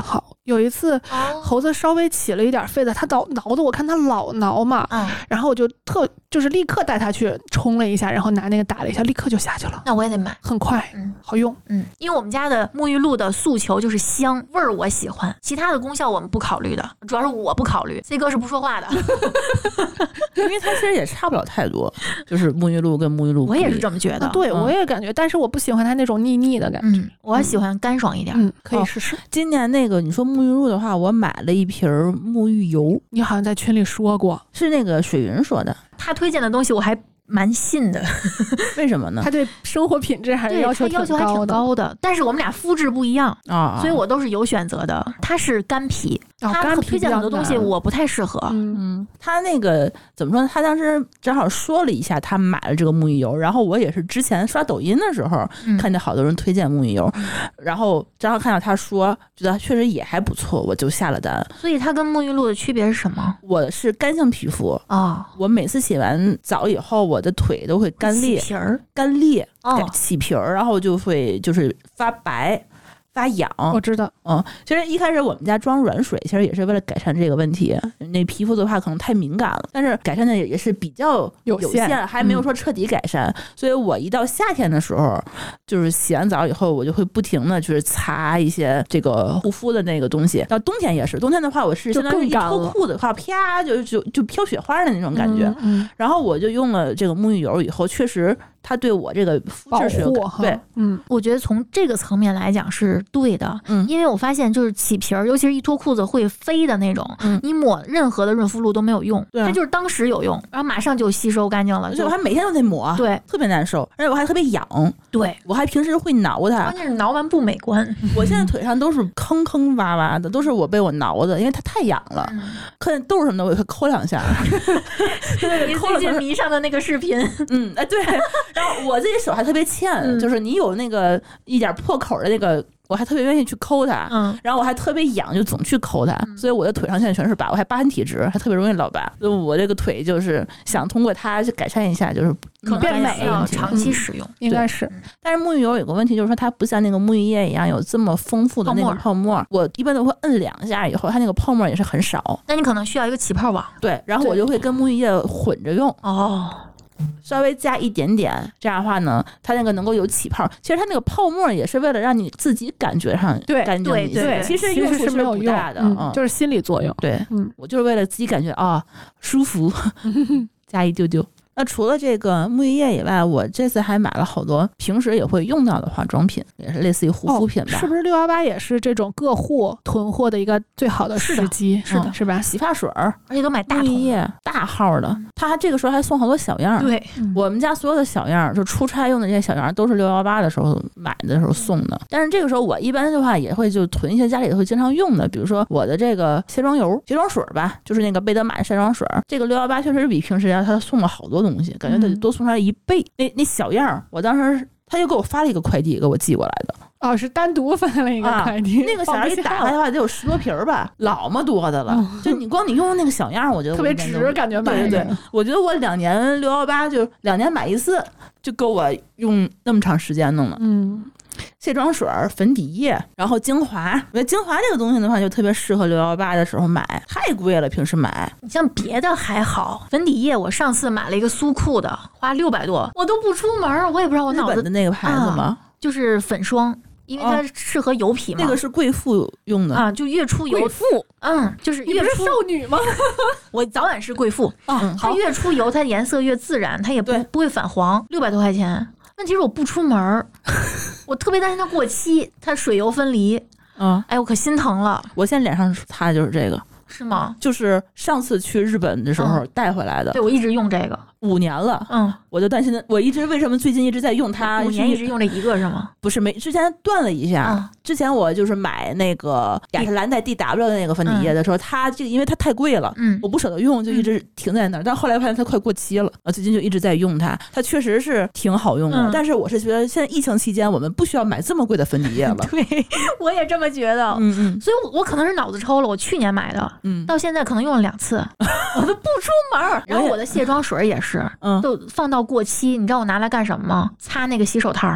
有一次猴子稍微起了一点痱子，它挠的我看它老挠嘛，然后我就就是立刻带它去冲了一下，然后拿那个打了一下，立刻就下去了。 那我也得买， 很快，好用。 因为我们家的沐浴露的诉求就是香味儿，我喜欢，其他的功效我们不考虑的，主要是我不考虑。C 哥是不说话的， 因为它其实也差不了太多，就是沐浴露跟沐浴露， 我也是这么觉得。 对，我也感觉，但是我不喜欢它那种腻腻的感觉。 我喜欢干爽一点。 可以试试。 今年那个你说沐浴露的话，我买了一瓶沐浴油， 你好像在群里说过， 是那个水云说的。 他推荐的东西我还蛮信的。 为什么呢？ 他对生活品质还是要求还挺高的，但是我们俩肤质不一样啊， 所以我都是有选择的。他是干皮，他推荐很多东西我不太适合。 他那个怎么说呢？他当时正好说了一下他买了这个沐浴油，然后我也是之前刷抖音的时候看见好多人推荐沐浴油，然后正好看到他说觉得确实也还不错，我就下了单。 所以它跟沐浴露的区别是什么？ 我是干性皮肤我每次洗完澡以后，我的腿都会干裂，干裂起皮儿，然后就会就是发白发痒。 我知道， 其实一开始我们家装软水，其实也是为了改善这个问题。那皮肤的话可能太敏感了，但是改善的也是比较有限，还没有说彻底改善。所以我一到夏天的时候，就是洗完澡以后，我就会不停的就是擦一些这个护肤的那个东西。到冬天也是，冬天的话我是相当于一脱裤子的话，啪就飘雪花的那种感觉。然后我就用了这个沐浴油以后，确实它对我这个肤质是有对， 我觉得从这个层面来讲是对的，因为我发现就是起皮儿，尤其是一脱裤子会飞的那种，你抹任何的润肤露都没有用，它就是当时有用，然后马上就吸收干净了， 而且我还每天都得抹， 对， 特别难受，而且我还特别痒， 对我还平时会挠它， 关键是挠完不美观。 我现在腿上都是坑坑洼洼的，都是我被我挠的，因为它太痒了，看见痘什么的我也会抠两下。 你最近迷上的那个视频， 对，然后我自己手还特别欠，就是你有那个一点破口的那个，我还特别愿意去抠它，然后我还特别痒，就总去抠它，所以我的腿上现在全是疤，我还疤痕体质，还特别容易落疤，所以我这个腿就是想通过它去改善一下，就是变美，长期使用应该是。 但是沐浴油有个问题，就是说它不像那个沐浴液一样有这么丰富的那个泡沫，我一般都会摁2下以后，它那个泡沫也是很少。 那你可能需要一个起泡网， 对，然后我就会跟沐浴液混着用。稍微加一点点，这样的话呢，它那个能够有起泡。其实它那个泡沫也是为了让你自己感觉上干净一些， 对， 其实用处是没有用的， 就是心理作用。 对，我就是为了自己感觉舒服，加一丢丢。那除了这个沐浴液以外，我这次还买了好多平时也会用到的化妆品，也是类似于护肤品吧。 是不是618也是这种各户囤货的一个最好的时机？ 是的， 是吧？ 洗发水， 而且都买大桶液，大号的。它这个时候还送好多小样。 对， 我们家所有的小样，就出差用的这些小样，都是618的时候买的时候送的。但是这个时候我一般的话也会就囤一些家里会经常用的，比如说我的这个卸妆油、卸妆水吧，就是那个贝德玛的卸妆水。这个618确实是比平时它送了好多东西，感觉它多送出来1倍。那小样，我当时他就给我发了一个快递，给我寄过来的。 是单独发了一个快递。 那个小样一打开的话，得有10多瓶吧，老么多的了。就你光你用那个小样，我觉得特别值，感觉买。 对，我觉得我2年618就2年买一次，就够我用那么长时间弄了。卸妆水、粉底液，然后精华。我觉得精华这个东西的话，就特别适合618的时候买，太贵了，平时买。 你像别的还好，粉底液我上次买了一个苏库的，花600多，我都不出门，我也不知道我脑子。 日本的那个牌子吗？ 就是粉霜。因为它适合油皮嘛， 那个是贵妇用的就越出油， 贵妇， 就是越出少女吗？ 我早晚是贵妇它越出油，它颜色越自然，它也不会反黄。600多块钱，问题是我不出门，我特别担心它过期，它水油分离，我可心疼了。 我现在脸上擦的就是这个。 是吗？ 就是上次去日本的时候带回来的。 对，我一直用这个 5年了。我就担心，我为什么最近一直在用它 ？5年一直用这一个是吗？ 不是，之前断了一下。之前我就是买那个雅诗兰黛 DW 的那个粉底液的时候，它就因为它太贵了，我不舍得用，就一直停在那儿。但后来发现它快过期了，最近就一直在用它。它确实是挺好用的，但是我是觉得现在疫情期间，我们不需要买这么贵的粉底液了。 对，我也这么觉得。所以我可能是脑子抽了，我去年买的。到现在可能用了2次，我都不出门。然后我的卸妆水也是，都放到过期。你知道我拿来干什么吗？擦那个洗手台儿。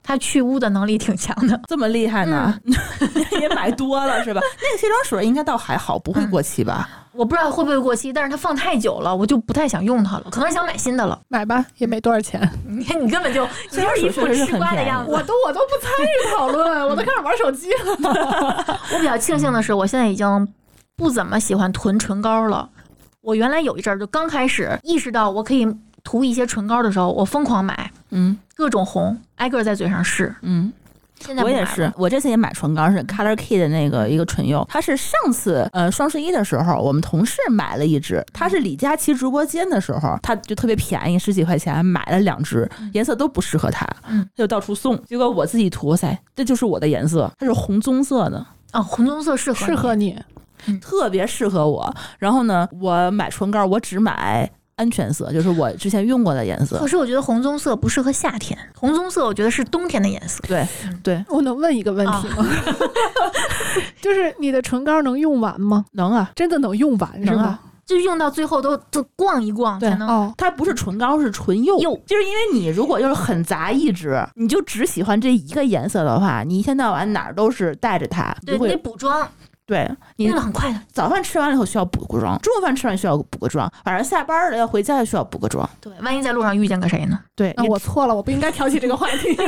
它去污的能力挺强的。 这么厉害呢？也买多了是吧？那个卸妆水应该倒还好，不会过期吧？ 我不知道会不会过期，但是它放太久了，我就不太想用它了，可能是想买新的了。 买吧，也没多少钱。 你看，你根本就你就是一副吃瓜的样子。 我都不参与讨论，我都开始玩手机了。 我比较庆幸的是，我现在已经不怎么喜欢囤唇膏了。我原来有一阵儿就刚开始意识到我可以涂一些唇膏的时候，我疯狂买，各种红，挨个在嘴上试，现在我也是，我这次也买唇膏是 Color Key 的那个一个唇釉，它是上次双十一的时候，我们同事买了一支，它是李佳琦直播间的时候，它就特别便宜，10几块钱买了2支，颜色都不适合它，它就到处送，结果我自己涂，塞，这就是我的颜色，它是红棕色的。 哦，红棕色适合你， 特别适合我。然后呢，我买唇膏我只买安全色，就是我之前用过的颜色。 可是我觉得红棕色不适合夏天，红棕色我觉得是冬天的颜色。 对对， 我能问一个问题吗？就是你的唇膏能用完吗？ 能啊， 真的能用完是吗？ 就用到最后都逛一逛才能。 哦， 它不是唇膏，是唇釉。就是因为你如果就是很杂一支，你就只喜欢这一个颜色的话，你一天到晚哪儿都是带着它， 对，你得补妆。 对，你很快的。 早饭吃完了以后需要补个妆，中午饭吃完需要补个妆，晚上下班了要回家需要补个妆。 对，万一在路上遇见个谁呢？ 对， 那我错了，我不应该挑起这个话题。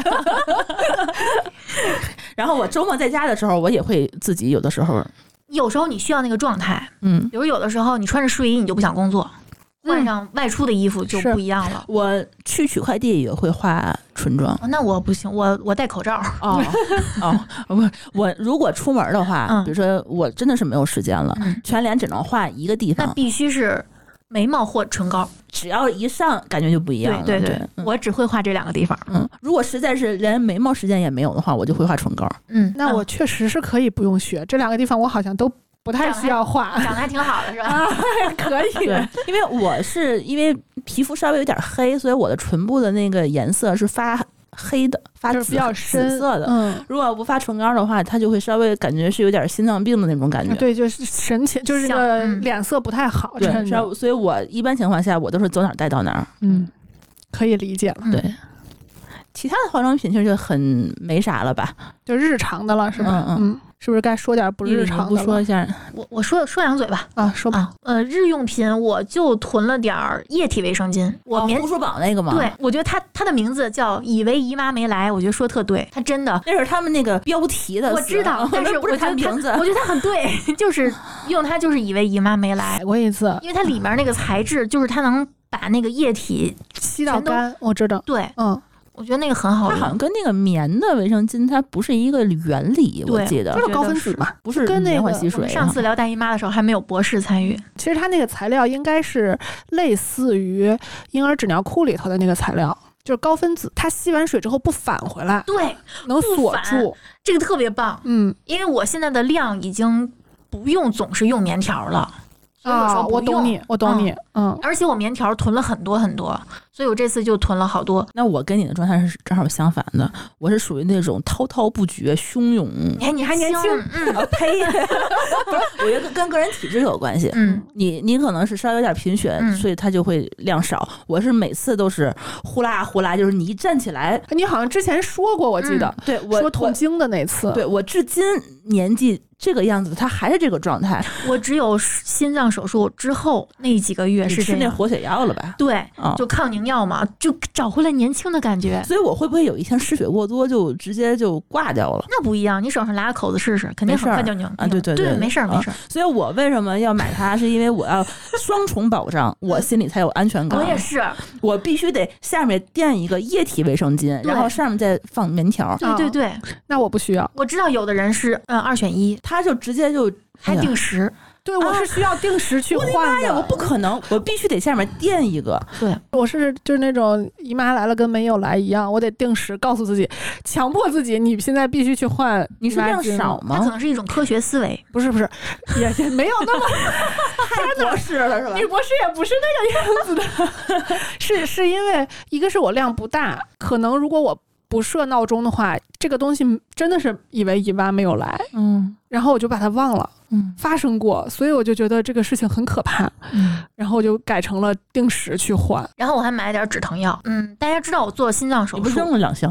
然后我周末在家的时候，我也会自己有的时候你需要那个状态，比如有的时候你穿着睡衣你就不想工作。换上外出的衣服就不一样了。 我去取快递也会化唇妆， 那我不行，我戴口罩。 我如果出门的话，比如说我真的是没有时间了，全脸只能画一个地方， 那必须是眉毛或唇膏， 只要一上感觉就不一样了。 对，我只会画这2个地方。 如果实在是连眉毛时间也没有的话，我就会画唇膏。 那我确实是可以不用学，这2个地方我好像都不太需要画， 长得还挺好的是吧？ 可以。 对，因为我是因为皮肤稍微有点黑，所以我的唇部的那个颜色是发黑的，发就是比较深色的。如果不发唇膏的话，它就会稍微感觉是有点心脏病的那种感觉。 对，就是神情，就是这个脸色不太好。 对，所以我一般情况下我都是走哪儿带到哪儿。 可以理解了。 对。其他的化妆品其实就很没啥了吧， 就日常的了，是吧？是不是该说点不日常的了？ 不说一下， 我说2嘴吧。 说吧。 日用品我就囤了点液体卫生巾。我护舒宝那个吗？ 对，我觉得它的名字叫以为姨妈没来，我觉得说特对，它真的那是他们那个标题的， 我知道，但是不是它名字， 我觉得它很对，就是用它就是以为姨妈没来。 买过一次， 因为它里面那个材质就是它能把那个液体吸到干，我知道。 对，我觉得那个很好用， 它好像跟那个棉的卫生巾它不是一个原理，我记得就是高分子嘛， 不是跟那个吸水。 上次聊大姨妈的时候还没有博士参与， 其实它那个材料应该是类似于婴儿纸尿裤里头的那个材料，就是高分子，它吸完水之后不返回来， 对， 能锁住， 这个特别棒。因为我现在的量已经不用总是用棉条了。 我懂你， 而且我棉条囤了很多很多，所以我这次就囤了好多。 那我跟你的状态是正好相反的，我是属于那种滔滔不绝、汹涌。 你还年轻， 呸！我觉得跟个人体质有关系。你可能是稍微有点贫血，所以它就会量少。我是每次都是呼啦呼啦，就是你一站起来， 你好像之前说过，我记得， 对，我说痛经的那次， 对我至今年纪这个样子，他还是这个状态。 我只有心脏手术之后那几个月是吃那活血药了吧？ 对，就抗凝药嘛，就找回来年轻的感觉。 所以我会不会有一天失血过多就直接就挂掉了？ 那不一样，你手上拉个口子试试，肯定很快就拧啊！对， 没事没事。 所以我为什么要买它？是因为我要双重保障，我心里才有安全感。 我也是， 我必须得下面垫一个液体卫生巾，然后上面再放棉条。 对， 那我不需要。 我知道有的人是2选1， 他就直接就还定时。 对，我是需要定时去换的。 我不可能，我必须得下面垫一个。 对，我是就是那种姨妈来了跟没有来一样，我得定时告诉自己，强迫自己，你现在必须去换。 你是量少吗？ 它可能是一种科学思维。 不是，也没有那么太博士了是吧？ 女博士也不是那个样子的，是因为一个是我量不大，可能如果我不设闹钟的话，这个东西真的是以为姨妈没有来，然后我就把它忘了，发生过，所以我就觉得这个事情很可怕，然后我就改成了定时去换。 然后我还买了点止疼药，大家知道我做心脏手术， 你不扔了2箱吗？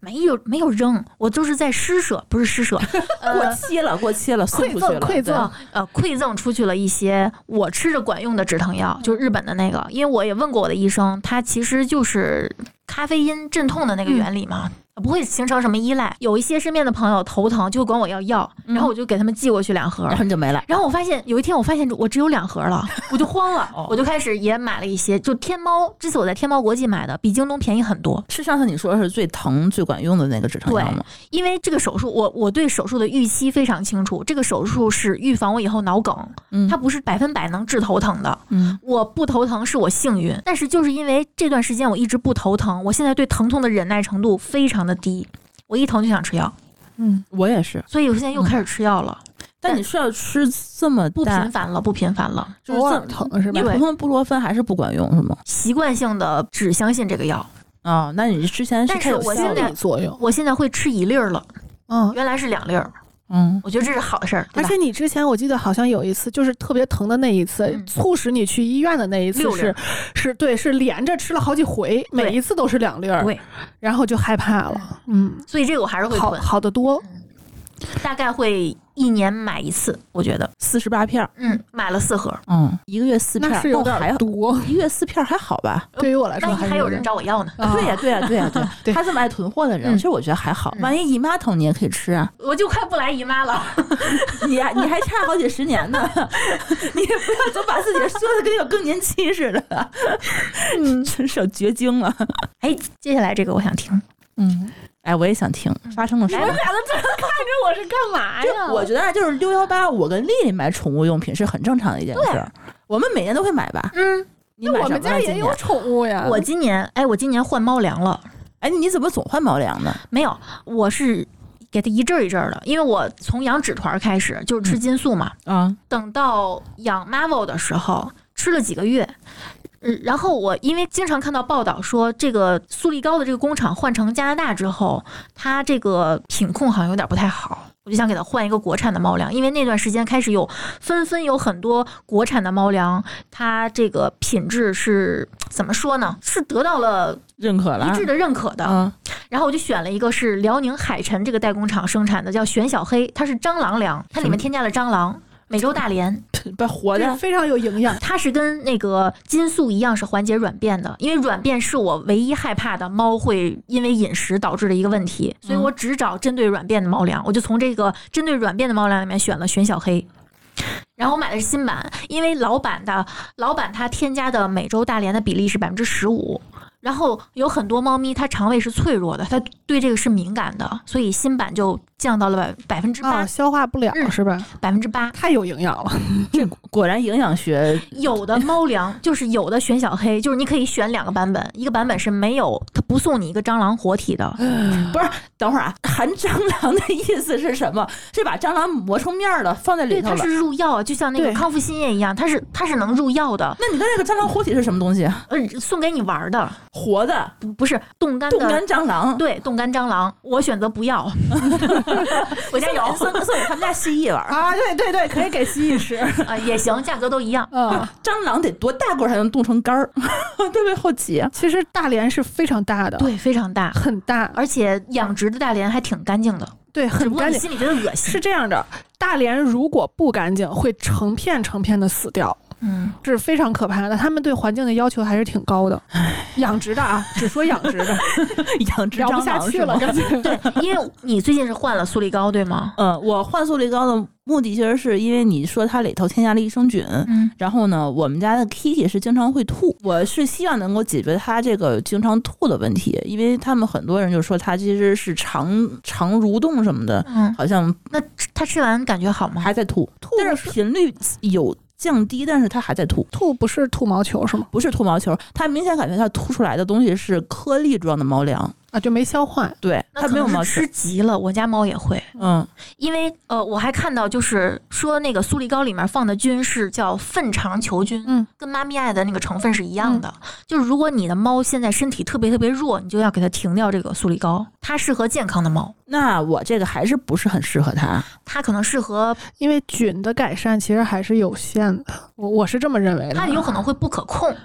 没有扔，我就是在施舍，不是施舍， 过期了，送出去了， 馈赠出去了一些我吃着管用的止疼药，就是日本的那个，因为我也问过我的医生，它其实就是咖啡因镇痛的那个原理嘛。不会形成什么依赖。有一些身边的朋友头疼就管我要药，然后我就给他们寄过去2盒， 然后你就没了。 然后我发现有一天我发现我只有2盒了，我就慌了，我就开始也买了一些，就天猫，这次我在天猫国际买的，比京东便宜很多。 是上次你说的是最疼最管用的那个止疼药吗？ 对，因为这个手术我对手术的预期非常清楚，这个手术是预防我以后脑梗，它不是100%能治头疼的。我不头疼是我幸运，但是就是因为这段时间我一直不头疼，我现在对疼痛的忍耐程度非常的低，我一疼就想吃药。 我也是， 所以我现在又开始吃药了。 但你是要吃这么不频繁了，不频繁了， 就是这么疼是吧？你普通的布洛芬还是不管用是吗？ 习惯性的只相信这个药啊。那你之前但是我现在作用， 我现在会吃1粒了，原来是2粒。我觉得这是好的事儿。 而且你之前我记得好像有一次，就是特别疼的那一次，促使你去医院的那一次是连着吃了好几回，每一次都是2粒， 对， 然后就害怕了。 所以这个我还是会囤， 好得多。 大概会1年买1次，我觉得 48片， 买了4盒 ，1个月4片， 那是有点多 ，1个月4片还好吧？ 对于我来说， 还有人找我要呢。 对呀，他这么爱囤货的人，其实我觉得还好。万一姨妈疼，你也可以吃啊。 我就快不来姨妈了， 你还差好几十年呢，你也不要总把自己说的跟有更年期似的，真是绝经了。 哎，接下来这个我想听， 我也想听发生了什么。 你们俩都这么看着我是干嘛呀？ 我觉得就是618，我跟丽丽买宠物用品是很正常的一件事。我们每年都会买吧？你买什么？ 我们家也有宠物呀。 我今年换猫粮了。 你怎么总换猫粮呢？ 没有，我是给它一阵一阵的，因为我从养纸团开始就是吃金素嘛，等到养 Marvel 的时候吃了几个月。然后我因为经常看到报道说，这个速力高的这个工厂换成加拿大之后，它这个品控好像有点不太好，我就想给它换一个国产的猫粮，因为那段时间开始纷纷有很多国产的猫粮，它这个品质是怎么说呢？是得到了认可了， 一致的认可的。然后我就选了一个是辽宁海辰这个代工厂生产的，叫玄小黑，它是蟑螂粮，它里面添加了蟑螂。美洲大蠊把活的非常有营养， 它是跟那个金素一样是缓解软便的，因为软便是我唯一害怕的猫会因为饮食导致的一个问题，所以我只找针对软便的猫粮，我就从这个针对软便的猫粮里面选了玄小黑。然后我买的是新版，因为老版它添加的美洲大蠊的比例是15%，然后有很多猫咪它肠胃是脆弱的，它对这个是敏感的，所以新版就降到了8%， 消化不了是吧 ？8%， 太有营养了。 这果然营养学。 有的猫粮就是有的玄小黑，就是你可以选2个版本，一个版本是没有，它不送你一个蟑螂活体的。 不是，等会儿啊，含蟑螂的意思是什么？是把蟑螂磨成面了放在里头了？ 对，它是入药，就像那个康复新液一样，它是能入药的。 那你的那个蟑螂活体是什么东西？ 送给你玩的， 活的， 不是冻干蟑螂。 对，冻干蟑螂，我选择不要。我家有， 送给他们家蜥蜴玩啊！对，可以给蜥蜴吃啊，也行，价格都一样。 蟑螂得多大个才能冻成干儿？特别好奇。 其实大蠊是非常大的， 对，非常大， 很大， 而且养殖的大蠊还挺干净的。 对，很干净。 心里觉得恶心。 是这样的，大蠊如果不干净，会成片的死掉。是非常可怕的。他们对环境的要求还是挺高的。养殖的啊，只说养殖的， 养殖聊不下去了。 对，因为你最近是换了速力高，对吗？ 我换速力高的目的其实是因为你说它里头添加了益生菌，然后呢，我们家的 Kitty 是经常会吐，我是希望能够解决它这个经常吐的问题，因为他们很多人就说它其实是肠蠕动什么的，好像那它吃完感觉好吗？ 还在吐，但是频率有降低，但是它还在吐。 吐不是吐毛球是吗？ 不是吐毛球，它明显感觉它吐出来的东西是颗粒状的猫粮啊，就没消化。 对，它没有毛球。 吃急了，我家猫也会。因为我还看到就是说那个速力高里面放的菌是叫粪肠球菌，跟妈咪爱的那个成分是一样的。就是如果你的猫现在身体特别弱，你就要给它停掉这个速力高，它适合健康的猫。 那我这个还是不是很适合它？ 它可能适合， 因为菌的改善其实还是有限的，我是这么认为的。 它有可能会不可控。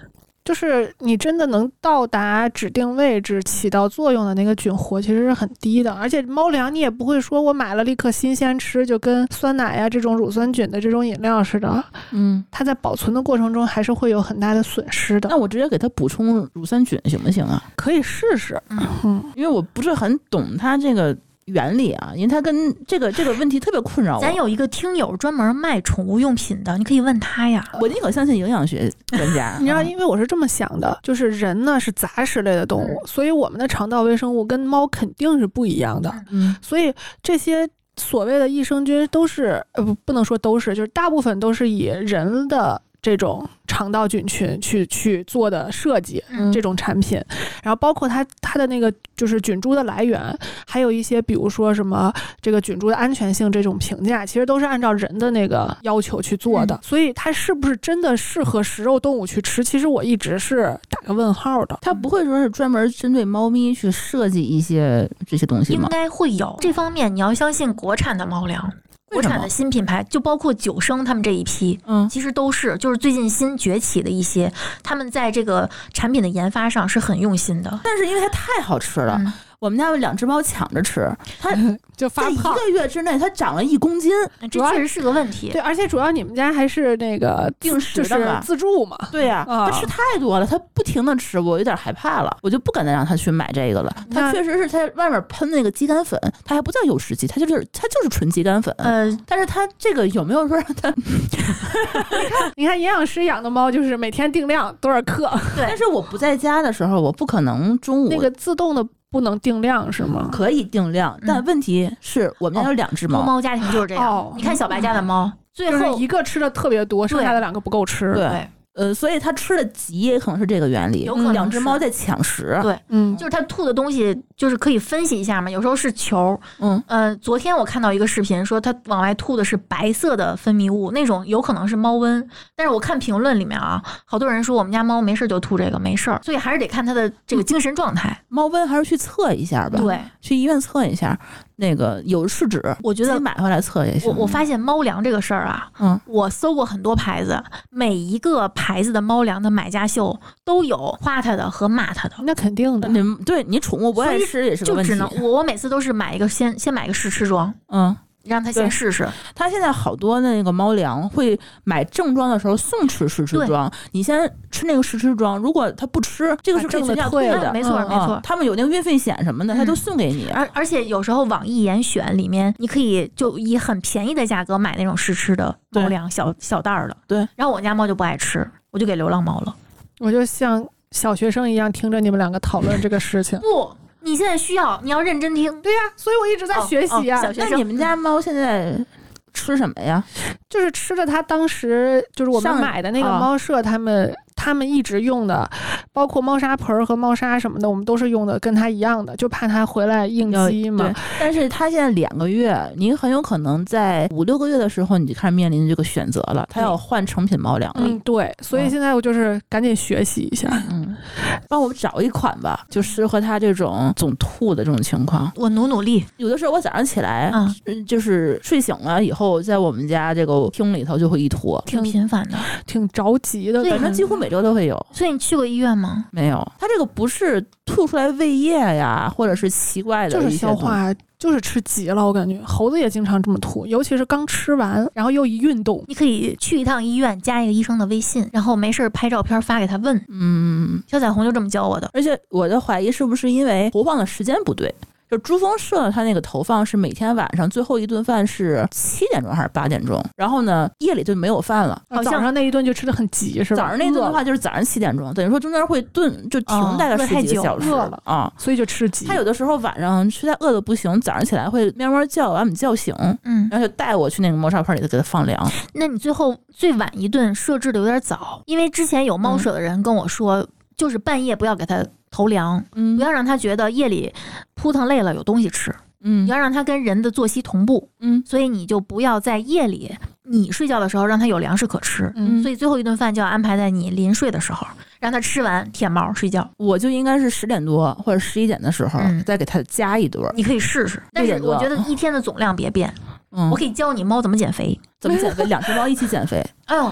就是你真的能到达指定位置起到作用的那个菌活其实是很低的，而且猫粮你也不会说我买了立刻新鲜吃，就跟酸奶呀这种乳酸菌的这种饮料似的，它在保存的过程中还是会有很大的损失的。 那我直接给它补充乳酸菌行不行啊？ 可以试试， 因为我不是很懂它这个原理啊，因为它跟这个问题特别困扰我。 咱有一个听友专门卖宠物用品的，你可以问他呀。 我宁可相信营养学专家。 你知道，因为我是这么想的，就是人呢是杂食类的动物，所以我们的肠道微生物跟猫肯定是不一样的。所以这些所谓的益生菌都是不能说都是，就是大部分都是以人的这种肠道菌群去做的设计，这种产品，然后包括它的那个就是菌株的来源，还有一些比如说什么这个菌株的安全性这种评价，其实都是按照人的那个要求去做的，所以它是不是真的适合食肉动物去吃，其实我一直是打个问号的。 它不会说是专门针对猫咪去设计一些这些东西吗？ 应该会有这方面，你要相信国产的猫粮。国产的新品牌，就包括九生他们这一批，其实都是就是最近新崛起的一些，他们在这个产品的研发上是很用心的。 但是因为它太好吃了，我们家有2只猫抢着吃，它就发胖， 在1个月之内它长了1公斤， 这确实是个问题。 对，而且主要你们家还是那个定时的嘛，自助嘛。 对呀，它吃太多了，它不停的吃，我有点害怕了，我就不敢再让它去买这个了。它确实是在外面喷那个鸡肝粉，它还不叫有食鸡，它就是纯鸡肝粉。但是它这个有没有说让它？ 你看营养师养的猫就是每天定量多少克。 对， 但是我不在家的时候，我不可能中午那个自动的。不能定量是吗？ 可以定量，但问题是我们家有2只猫， 多猫家庭就是这样。你看小白家的猫，最后一个吃的特别多，剩下的2个不够吃。 对，所以它吃的急也可能是这个原理， 有可能 2只猫在抢食。 对，就是它吐的东西，就是可以分析一下嘛。有时候是球，昨天我看到一个视频，说它往外吐的是白色的分泌物，那种有可能是猫瘟。但是我看评论里面啊，好多人说我们家猫没事就吐这个，没事儿，所以还是得看它的这个精神状态。 猫瘟还是去测一下吧， 对， 去医院测一下。那个有试纸， 我觉得自己买回来测也行。 我发现猫粮这个事儿啊，我搜过很多牌子，每一个牌子的猫粮的买家秀都有夸它的和骂它的， 那肯定的。 对你宠物不爱吃也是个问题。 就只能我每次都是买一个先买一个试吃装，让他先试试。 他现在好多那个猫粮会买正装的时候送吃试吃装，你先吃那个试吃装，如果他不吃，这个是可以全价退的。 没错没错， 他们有那个运费险什么的，他都送给你。 而且有时候网易严选里面，你可以就以很便宜的价格买那种试吃的猫粮，小袋的。 对。 然后我家猫就不爱吃，我就给流浪猫了。 我就像小学生一样听着你们2个讨论这个事情。 不。你现在需要，你要认真听。 对呀，所以我一直在学习啊。 那你们家猫现在吃什么呀？ 就是吃的它当时就是我们买的那个猫舍，他们一直用的，包括猫砂盆和猫砂什么的，我们都是用的跟它一样的，就怕它回来应激嘛。 但是它现在2个月，你很有可能在5、6个月的时候，你就开始面临这个选择了，它要换成品猫粮了。 对，所以现在我就是赶紧学习一下， 帮我们找一款吧，就适合它这种总吐的这种情况。 我努力。 有的时候我早上起来，就是睡醒了以后，在我们家这个厅里头就会一坨， 挺频繁的， 挺着急的， 反正几乎每周都会有。 所以你去过医院吗？ 没有，它这个不是吐出来胃液呀，或者是奇怪的， 就是消化，就是吃急了。我感觉猴子也经常这么吐，尤其是刚吃完，然后又一运动。 你可以去一趟医院，加一个医生的微信，然后没事拍照片发给他问。小彩虹就这么教我的。 而且我的怀疑是不是因为投放的时间不对。就珠峰社它那个投放是每天晚上最后一顿饭是7点钟还是8点钟，然后呢夜里就没有饭了， 早上那一顿就吃得很急是吧？ 早上那顿的话就是早上7点钟，等于说中间会就停大概10几个小时了啊，所以就吃急。 他有的时候晚上实在饿得不行，早上起来会喵喵叫，把我们叫醒，然后就带我去那个猫砂盆里头给它放粮。 那你最后最晚一顿设置的有点早，因为之前有猫舍的人跟我说，就是半夜不要给它投粮，不要让他觉得夜里扑腾累了有东西吃，你要让他跟人的作息同步，所以你就不要在夜里你睡觉的时候让他有粮食可吃，所以最后一顿饭就要安排在你临睡的时候，让他吃完舔毛睡觉。 我就应该是10点多或者11点的时候再给他加一顿， 你可以试试，但是我觉得一天的总量别变。我可以教你猫怎么减肥， 怎么减肥，2只猫一起减肥。 哎呦，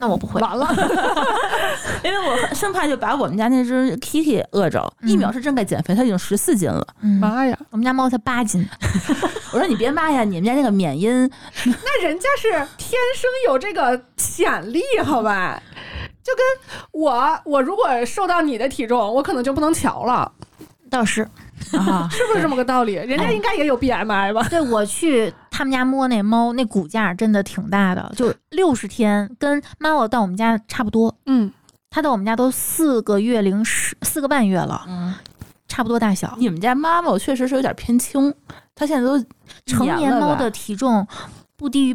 那我不会。 完了， 因为我生怕就把我们家那只 Kitty 饿着，1秒是正该减肥，它已经14斤了。 妈呀！ 我们家猫才8斤。 我说你别妈呀，你们家那个缅因， 那人家是天生有这个潜力，好吧？就跟我如果瘦到你的体重，我可能就不能瞧了， 倒是啊， 是不是这么个道理？人家应该也有 BMI 吧？ 对，我去他们家摸那猫，那骨架真的挺大的，就60天，跟猫到我们家差不多。它到我们家都4个月4个半月了，差不多大小。 你们家妈妈我确实是有点偏轻，她现在都成年猫的体重不低于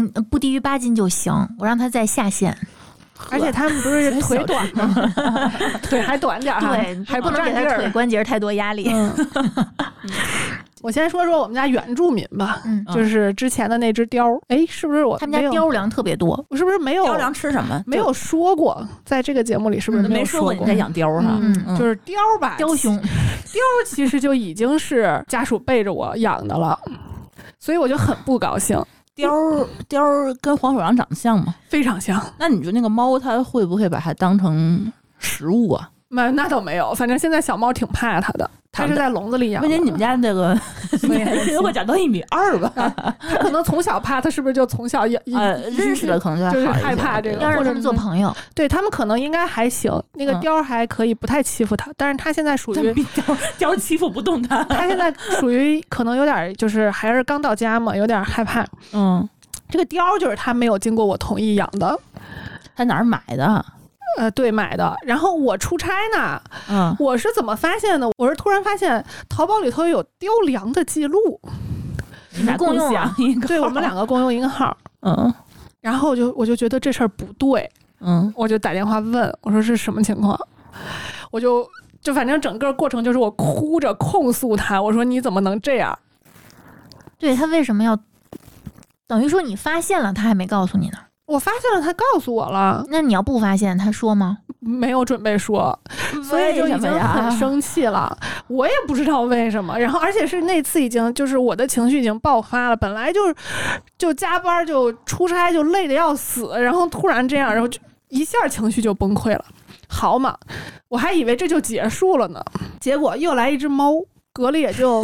8斤就行，我让它再下线。 而且他们不是腿短吗？腿还短点儿， 对， 还不能给它腿关节太多压力。 我先说说我们家原住民吧，就是之前的那只貂，哎，是不是他们家貂粮特别多？ 我是不是没有貂粮吃什么？ 没有说过，在这个节目里是不是没说过你在养貂哈？ 就是貂吧， 貂兄， 貂其实就已经是家属背着我养的了，所以我就很不高兴。 貂跟黄鼠狼长得像吗？ 非常像。 那你说那个猫它会不会把它当成食物啊？ 那倒没有，反正现在小猫挺怕它的，它是在笼子里养的。 而且你们家那个如果长到1.2米吧， 它可能从小怕，它是不是就从小认识了，可能就是害怕这个， 要让他们做朋友。 对他们可能应该还行，那个貂还可以，不太欺负它，但是它现在属于貂欺负不动它， 它现在属于可能有点就是还是刚到家嘛，有点害怕。这个貂就是它没有经过我同意养的， 它哪儿买的？ 对，买的。然后我出差呢，我是怎么发现的？我是突然发现淘宝里头有貂粮的记录， 你们共用一个， 对，我们2个共用一个号。然后我就觉得这事儿不对，我就打电话问我说是什么情况，我就反正整个过程就是我哭着控诉他，我说你怎么能这样？ 对，他为什么要？等于说你发现了，他还没告诉你呢。 我发现了，他告诉我了。 那你要不发现，他说吗？ 没有准备说，所以就已经很生气了。我也不知道为什么。然后，而且是那次已经就是我的情绪已经爆发了，本来就加班就出差就累得要死，然后突然这样，然后就一下情绪就崩溃了。好嘛，我还以为这就结束了呢，结果又来一只猫。隔了也就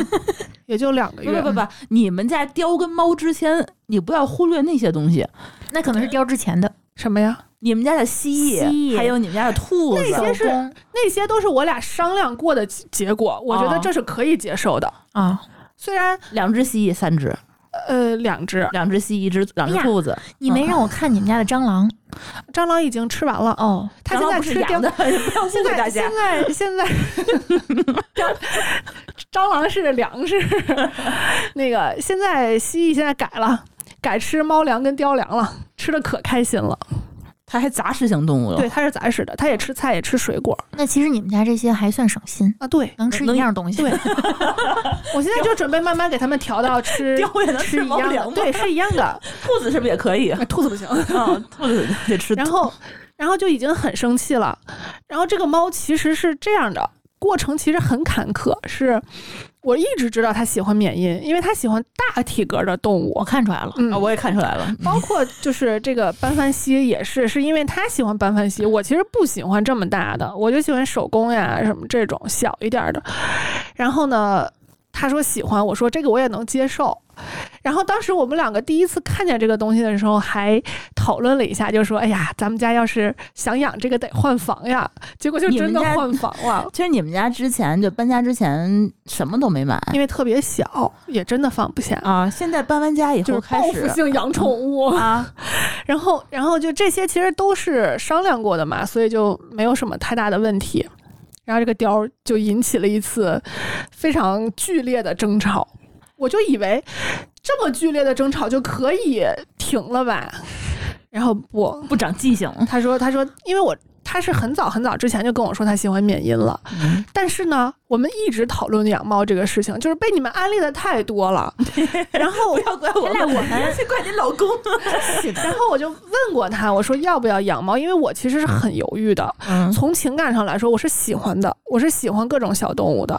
2个月。 不，你们家貂跟猫之前，你不要忽略那些东西， 那可能是貂之前的什么呀？ 你们家的蜥蜴，还有你们家的兔子， 那些都是我俩商量过的结果，我觉得这是可以接受的啊。 虽然 2只蜥蜴，3只 ，2只 ，2只蜥蜴，2只兔子。 你没让我看你们家的蟑螂， 蟑螂已经吃完了哦。 他现在吃貂的，不要误会大家。现在蟑螂是粮食，那个现在蜥蜴现在改吃猫粮跟貂粮了，吃的可开心了。 它还杂食型动物了， 对，它是杂食的，它也吃菜，也吃水果。 那其实你们家这些还算省心啊，对， 能吃一样东西。 对，我现在就准备慢慢给他们调到吃貂也能吃一样的， 对，是一样的。 兔子是不是也可以？ 兔子不行兔子得吃。 然后就已经很生气了。然后这个猫其实是这样的，过程其实很坎坷，是我一直知道他喜欢缅因，因为他喜欢大体格的动物。 我看出来了， 我也看出来了。 包括就是这个斑斑蜥也是因为他喜欢斑斑蜥，我其实不喜欢这么大的，我就喜欢手工呀什么这种小一点的。然后呢，他说喜欢，我说这个我也能接受。然后当时我们2个第一次看见这个东西的时候，还讨论了一下，就说：“哎呀，咱们家要是想养这个得换房呀。”结果就真的换房了。 其实你们家之前就搬家之前什么都没买， 因为特别小，也真的放不下啊。现在搬完家以后开始报复性养宠物啊， 然后就这些其实都是商量过的嘛，所以就没有什么太大的问题。然后这个貂就引起了一次非常剧烈的争吵。我就以为这么剧烈的争吵就可以停了吧，然后不长记性。 他说，因为他是很早之前就跟我说他喜欢缅因了，但是呢，我们一直讨论养猫这个事情，就是被你们安利的太多了，然后不要怪我们，是怪你老公。 然后我就问过他，我说要不要养猫，因为我其实是很犹豫的。从情感上来说，我是喜欢的，我是喜欢各种小动物的，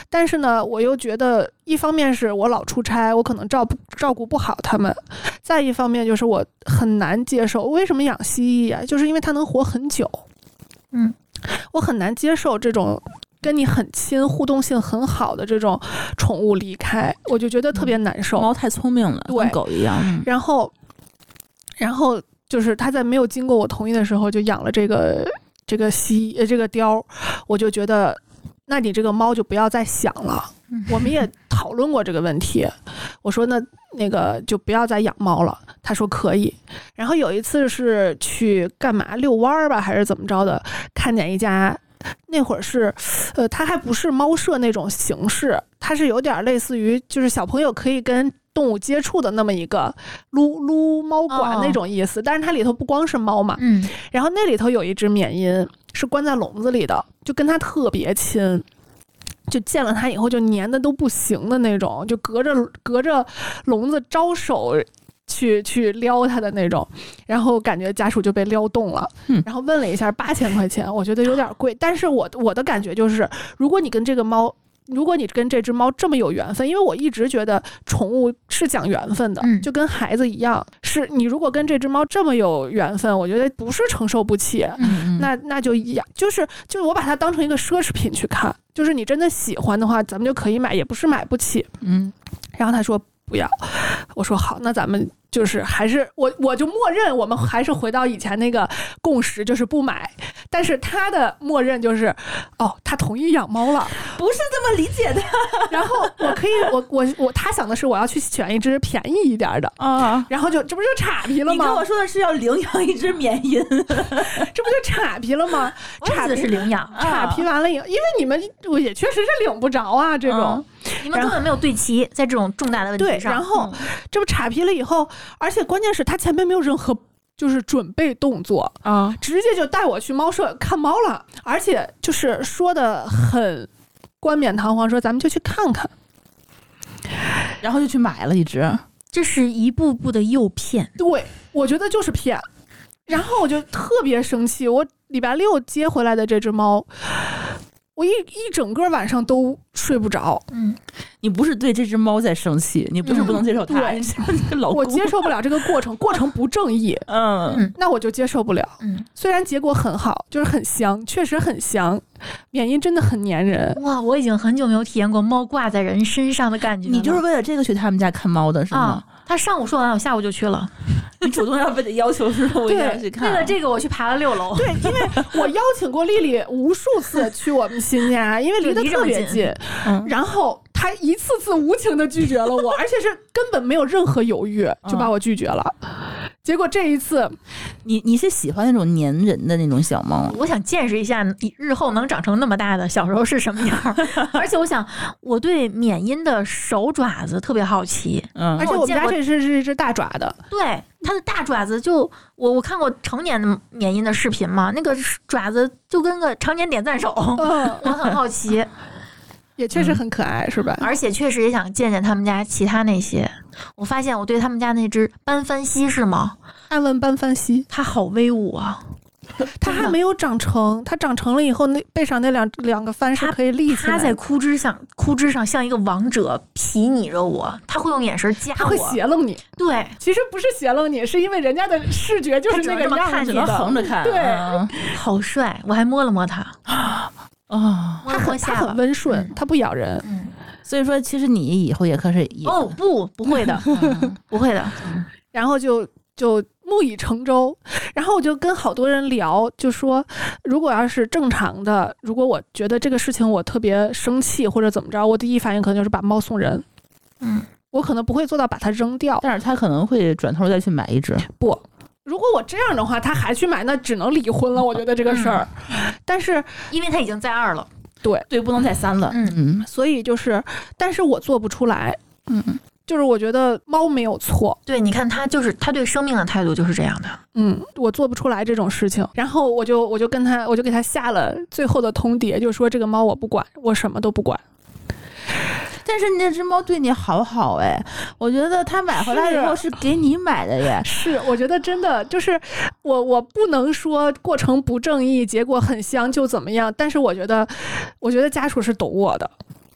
但是呢，我又觉得一方面是我老出差，我可能照顾不好它们，再一方面就是我很难接受为什么养蜥蜴啊，就是因为它能活很久。我很难接受这种跟你很亲、互动性很好的这种宠物离开，我就觉得特别难受。 猫太聪明了， 对， 跟狗一样。 然后就是他在没有经过我同意的时候就养了这个貂，我就觉得，那你这个猫就不要再想了。我们也讨论过这个问题，我说那个就不要再养猫了。他说可以。然后有一次是去干嘛遛弯吧，还是怎么着的，看见一家。那会儿是，它还不是猫舍那种形式，它是有点类似于就是小朋友可以跟动物接触的那么一个撸猫馆那种意思，但是它里头不光是猫嘛，然后那里头有一只缅因是关在笼子里的，就跟它特别亲。就见了它以后就黏的都不行的那种，就隔着笼子招手去撩它的那种，然后感觉家属就被撩动了，然后问了一下8000块钱，我觉得有点贵，但是我的感觉就是，如果你跟这只猫这么有缘分，因为我一直觉得宠物是讲缘分的，就跟孩子一样，是你如果跟这只猫这么有缘分，我觉得不是承受不起，那就养，就是我把它当成一个奢侈品去看，就是你真的喜欢的话，咱们就可以买，也不是买不起，然后他说不要，我说好，那咱们就是还是我就默认我们还是回到以前那个共识，就是不买。但是他的默认就是，他同意养猫了， 不是这么理解的。 然后我可以，他想的是我要去选一只便宜一点的啊，然后这不就岔皮了吗？ 你跟我说的是要领养一只缅因，这不就岔皮了吗？ 岔皮是领养， 岔皮完了以后，因为你们也确实是领不着啊，这种。 你们根本没有对齐，在这种重大的问题上。 对，然后这不岔皮了以后，而且关键是他前面没有任何就是准备动作啊，直接就带我去猫舍看猫了，而且就是说的很冠冕堂皇，说咱们就去看看， 然后就去买了一只。 这是一步步的诱骗。 对，我觉得就是骗。然后我就特别生气，我礼拜6接回来的这只猫。我一整个晚上都睡不着。 你不是对这只猫在生气，你不是不能接受它， 我接受不了这个过程不正义。那我就接受不了。虽然结果很好，就是很香，确实很香，缅因真的很粘人。 哇，我已经很久没有体验过猫挂在人身上的感觉了。 你就是为了这个去他们家看猫的是吗？ 他上午说完，我下午就去了。 你主动要求是我一定要去看。 为了这个，我去爬了6楼。 对，因为我邀请过丽丽无数次去我们新家，因为离得特别近。然后她一次次无情的拒绝了我，而且是根本没有任何犹豫就把我拒绝了。结果这一次， 你是喜欢那种粘人的那种小猫？ 我想见识一下日后能长成那么大的小时候是什么样。而且我对缅因的手爪子特别好奇。 而且我们家这是一只大爪的。 对，它的大爪子就我看过成年的缅因的视频嘛，那个爪子就跟个常年点赞手。我很好奇。 也确实很可爱，是吧？ 而且确实也想见见他们家其他那些。我发现我对他们家那只斑番蜥是吗？ 暗纹斑番蜥， 它好威武啊！ 它还没有长成，它长成了以后，那背上那两个帆是可以立起来的。 它在枯枝上像一个王者睥睨着我，它会用眼神夹我， 它会斜楞你。 对， 其实不是斜楞你，是因为人家的视觉就是那个样子的， 横着看。 对， 好帅！我还摸了摸它。 它很温顺，它不咬人。 所以说，其实你以后也可是不会的，不会的。 然后就木已成舟，然后我就跟好多人聊，就说如果要是正常的，如果我觉得这个事情我特别生气或者怎么着，我第一反应可能就是把猫送人。我可能不会做到把它扔掉， 但是他可能会转头再去买一只。 不，如果我这样的话，他还去买，那只能离婚了。我觉得这个事儿，但是因为他已经在2了， 对， 不能再3了。 所以就是，但是我做不出来。就是我觉得猫没有错。 对，你看他对生命的态度就是这样的。 我做不出来这种事情。然后我就给他下了最后的通牒，就说这个猫我不管，我什么都不管。 但是那只猫对你好好哎，我觉得它买回来以后是给你买的耶。 是，我觉得真的就是我不能说过程不正义，结果很香就怎么样，但是我觉得家属是懂我的。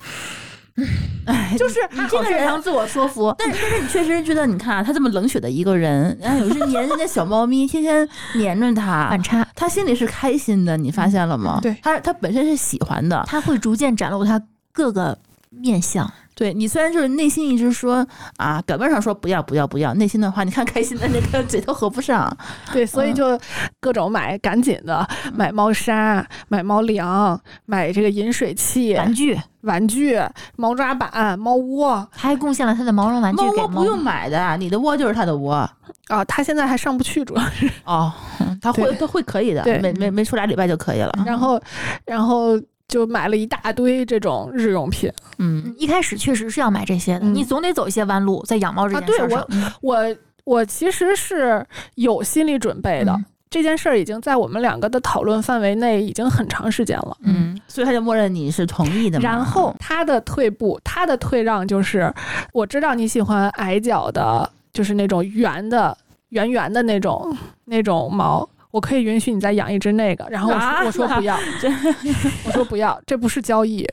哎， 就是你这个人自我说服， 但是你确实觉得，你看啊，他这么冷血的一个人，然后有时黏人家小猫咪，天天黏着他， 反差， 他心里是开心的，你发现了吗？ 对， 他本身是喜欢的， 他会逐渐展露他各个面相。 对你虽然就是内心一直说啊，表面上说不要不要不要，内心的话你看开心的那个嘴都合不上。 对，所以就各种买，赶紧的买猫砂、买猫粮、买这个饮水器、玩具、猫抓板、猫窝。 他还贡献了他的毛绒玩具给猫窝不用买的，你的窝就是他的窝。 啊，他现在还上不去，主要是他会可以的，没出俩礼拜就可以了。 然后就买了一大堆这种日用品。 一开始确实是要买这些的，你总得走一些弯路，在养猫这件事上。 我其实是有心理准备的。这件事儿已经在我们两个的讨论范围内已经很长时间了， 所以他就默认你是同意的嘛。 然后他的退让就是，我知道你喜欢矮脚的，就是那种圆圆的那种毛，我可以允许你再养一只那个。然后我说不要，我说不要，这不是交易。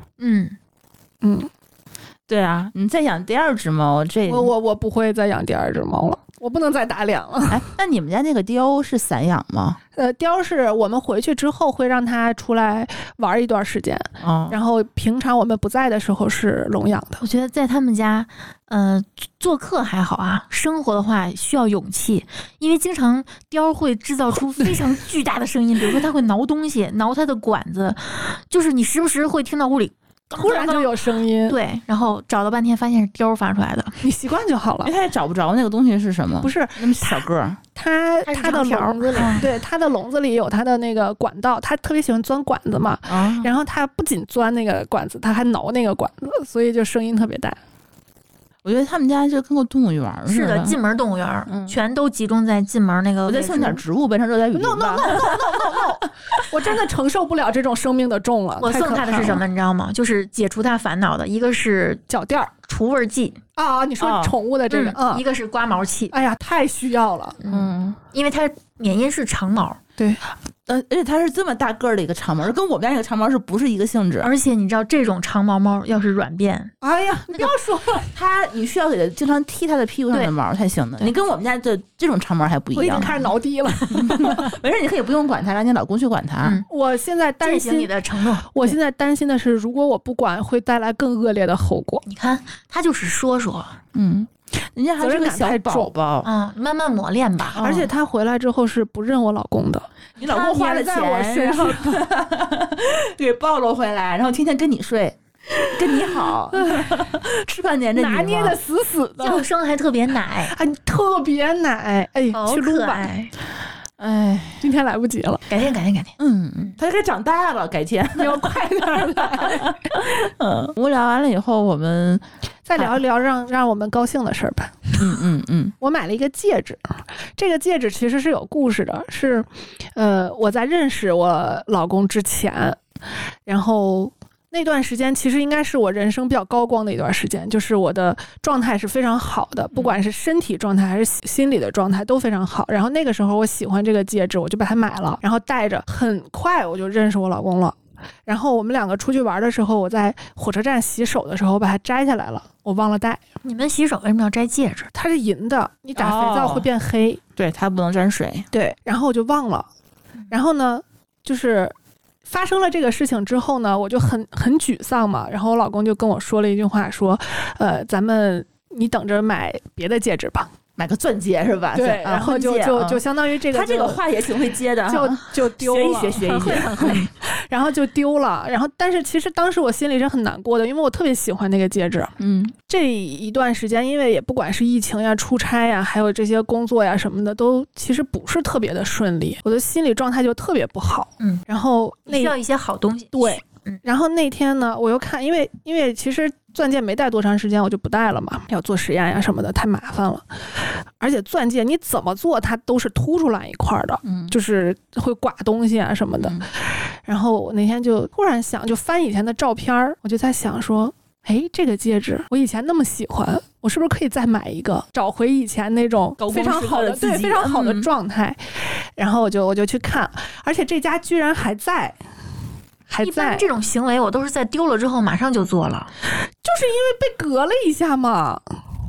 对啊，你再养第二只猫， 我不会再养第二只猫了。我不能再打脸了。 哎，那你们家那个貂是散养吗？ 貂是我们回去之后会让它出来玩一段时间，然后平常我们不在的时候是笼养的。 我觉得在他们家，做客还好啊，生活的话需要勇气，因为经常貂会制造出非常巨大的声音，比如说它会挠东西，挠它的管子，就是你时不时会听到屋里突然就有声音， 对，然后找了半天发现是貂发出来的， 你习惯就好了。 因为他也找不着那个东西是什么， 不是那么小个儿， 它的笼子里，对，它的笼子里有它的那个管道，它特别喜欢钻管子嘛，然后它不仅钻那个管子，它还挠那个管子，所以就声音特别大。 我觉得他们家就跟个动物园似的。 是的，进门动物园，全都集中在进门那个。 我再送点植物变成热带雨林吧。 No！ 我真的承受不了这种生命的重了。 我送他的是什么，你知道吗？就是解除他烦恼的，一个是脚垫、 除味剂啊，你说宠物的这个， 一个是刮毛器。 哎呀，太需要了。 因为它缅因是长毛。 对。 而且它是这么大个儿的一个长毛，跟我们家那个长毛是不是一个性质？ 而且你知道这种长毛猫要是软便， 哎呀，你不要说了， 你需要给它经常踢它的屁股上的毛才行的。你跟我们家的这种长毛还不一样。 我已经开始挠低了。 没事，你可以不用管它，让你老公去管它。 我现在担心你的承诺。 我现在担心的是，如果我不管，会带来更恶劣的后果。 你看，他就是说， 人家还是个小宝宝， 慢慢磨练吧。 而且他回来之后是不认我老公的， 你老公花了钱，然后给暴露回来，然后天天跟你睡，跟你好，吃饭黏着你， 拿捏的死死的， 叫声还特别奶， 特别奶，哎，去撸吧。 哎， 今天来不及了， 改天。 他该长大了，改天你要快点来。 无聊完了以后，我们再聊一聊让我们高兴的事儿吧。我买了一个戒指，这个戒指其实是有故事的，是我在认识我老公之前，然后那段时间其实应该是我人生比较高光的一段时间，就是我的状态是非常好的，不管是身体状态还是心理的状态都非常好。然后那个时候我喜欢这个戒指，我就把它买了，然后戴着，很快我就认识我老公了。然后我们两个出去玩的时候，我在火车站洗手的时候我把它摘下来了，我忘了戴。 你们洗手为什么要摘戒指？ 它是银的，你打肥皂会变黑， 对，它不能沾水。 对，然后我就忘了。然后呢，就是发生了这个事情之后呢，我就很沮丧嘛。然后我老公就跟我说了一句话，说，你等着买别的戒指吧。 买个钻戒是吧？ 对，然后就相当于这个， 他这个话也挺会接的， 就丢了， 学一学， 然后就丢了。然后，但是其实当时我心里是很难过的，因为我特别喜欢那个戒指。这一段时间，因为也不管是疫情呀、出差呀，还有这些工作呀什么的，都其实不是特别的顺利，我的心理状态就特别不好。然后需要一些好东西。 对。然后那天呢，我又看，因为其实钻戒没戴多长时间，我就不戴了嘛，要做实验呀什么的，太麻烦了。而且钻戒你怎么做，它都是凸出来一块的，就是会刮东西啊什么的。然后我那天就突然想，就翻以前的照片，我就在想说，哎，这个戒指我以前那么喜欢，我是不是可以再买一个，找回以前那种非常好的对非常好的状态。然后我就去看，而且这家居然还在。 还一般在， 这种行为我都是在丢了之后马上就做了。 就是因为被隔了一下嘛。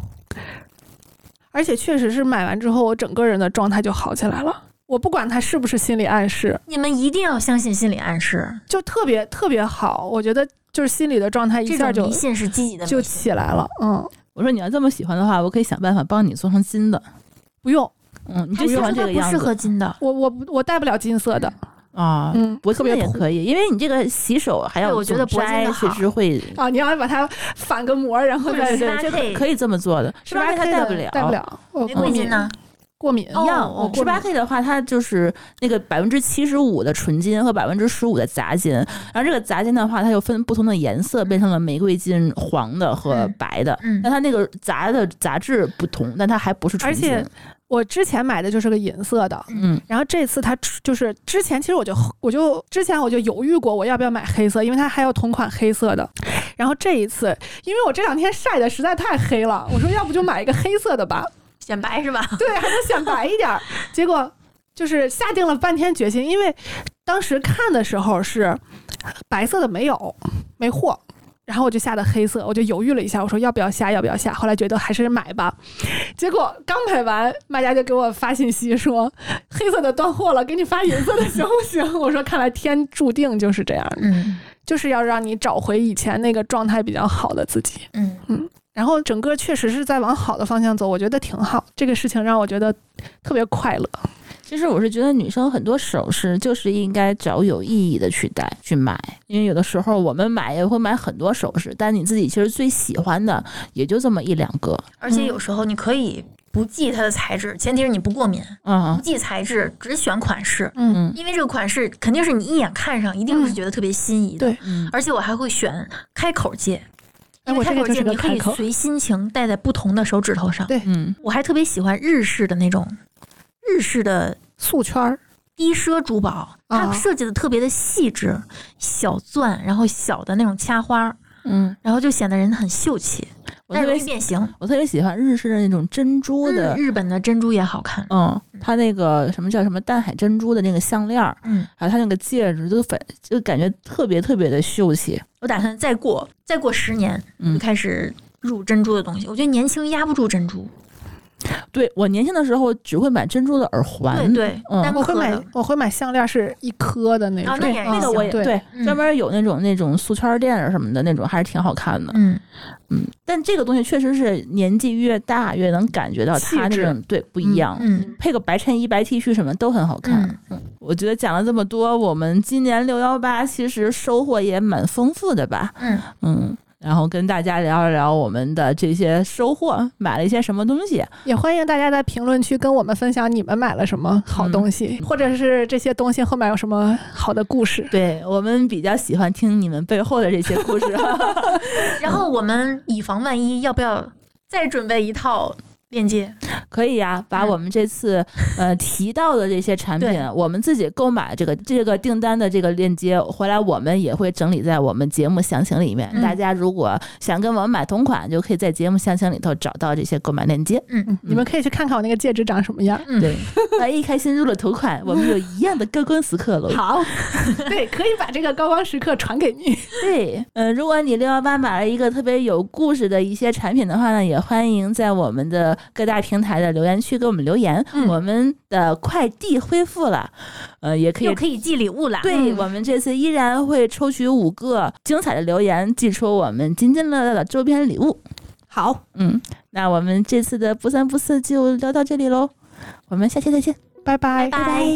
而且确实是买完之后，我整个人的状态就好起来了。我不管它是不是心理暗示， 你们一定要相信心理暗示， 就特别特别好。我觉得就是心理的状态一下就这种迷信是积极的迷信， 就起来了。 我说你要这么喜欢的话，我可以想办法帮你做成金的。 不用， 你就喜欢这个样子。 不适合金的， 我戴不了金色的。 啊，铂金的也可以，因为你这个洗手还要我觉得铂金的好， 其实会啊，你要把它反个膜，然后再对，可以这么做的。18K 它戴不了， 没过金呢。 过敏一样，18K 的话，它就是那个75%的纯金和15%的杂金，然后这个杂金的话，它又分不同的颜色，变成了玫瑰金、黄的和白的。但它那个杂质不同，但它还不是纯金。 而且我之前买的就是个银色的，然后这次它就是之前其实我就犹豫过我要不要买黑色，因为它还有同款黑色的。然后这一次，因为我这2天晒的实在太黑了，我说要不就买一个黑色的吧。 显白是吧？ 对，还能显白一点。结果就是下定了半天决心，因为当时看的时候是白色的没货，然后我就下的黑色，我就犹豫了一下，我说要不要下，后来觉得还是买吧。结果刚买完，卖家就给我发信息说黑色的断货了，给你发银色的行不行？我说看来天注定就是这样的，就是要让你找回以前那个状态比较好的自己。然后整个确实是在往好的方向走，我觉得挺好。这个事情让我觉得特别快乐。 其实我是觉得女生很多首饰就是应该找有意义的去买，因为有的时候我们买也会买很多首饰，但你自己其实最喜欢的也就这么1-2个。 而且有时候你可以不记它的材质，前提是你不过敏。不记材质，只选款式。因为这个款式肯定是你一眼看上，一定是觉得特别心仪的。 对， 而且我还会选开口戒。因为开口戒你可以随心情戴在不同的手指头上。 对， 我还特别喜欢日式的那种日式的素圈低奢珠宝，它设计的特别的细致，小钻，然后小的那种掐花，然后就显得人很秀气。但是容易变形。 我特别喜欢日式的那种珍珠的， 日本的珍珠也好看。 它那个什么叫什么淡海珍珠的那个项链，还有它那个戒指就感觉特别特别的秀气。 我打算再过10年就开始入珍珠的东西。我觉得年轻压不住珍珠。 对，我年轻的时候只会买珍珠的耳环， 对， 我会买项链是1颗的那种， 那个我也对，专门有那种素圈店什么的那种，还是挺好看的。但这个东西确实是年纪越大越能感觉到它那种对不一样。配个白衬衣、白 T 恤什么都很好看。我觉得讲了这么多，我们今年618其实收获也蛮丰富的吧。然后跟大家聊一聊我们的这些收获，买了一些什么东西。 也欢迎大家在评论区跟我们分享你们买了什么好东西，或者是这些东西后面有什么好的故事。 对，我们比较喜欢听你们背后的这些故事。 然后我们以防万一，要不要再准备一套链接？ 可以呀，把我们这次提到的这些产品，我们自己购买这个订单的这个链接回来，我们也会整理在我们节目详情里面。大家如果想跟我们买同款，就可以在节目详情里头找到这些购买链接。 你们可以去看看我那个戒指长什么样。 对，一开心入了头款，我们有一样的高光时刻了。 好，对，可以把这个高光时刻传给你。 对，如果你618买了一个特别有故事的一些产品的话呢，也欢迎在我们的各大平台的留言区给我们留言。我们的快递恢复了，也可以寄礼物了。 对，我们这次依然会抽取5个精彩的留言，寄出我们津津乐道的周边礼物。 好， 那我们这次的不三不四就聊到这里喽，我们下期再见， 拜拜， 拜拜。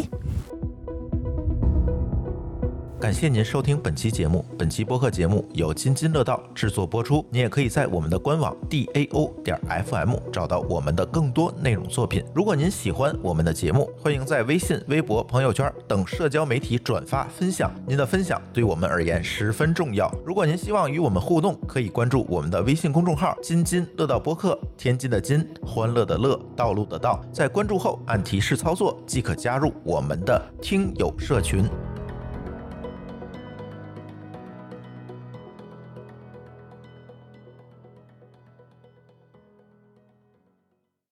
感谢您收听本期节目。本期播客节目由津津乐道制作播出。你也可以在我们的官网 DAO.FM 找到我们的更多内容作品。如果您喜欢我们的节目，欢迎在微信、微博、朋友圈等社交媒体转发分享。您的分享对我们而言十分重要。如果您希望与我们互动，可以关注我们的微信公众号津津乐道播客，天津的津，欢乐的乐，道路的道。在关注后按提示操作即可加入我们的听友社群。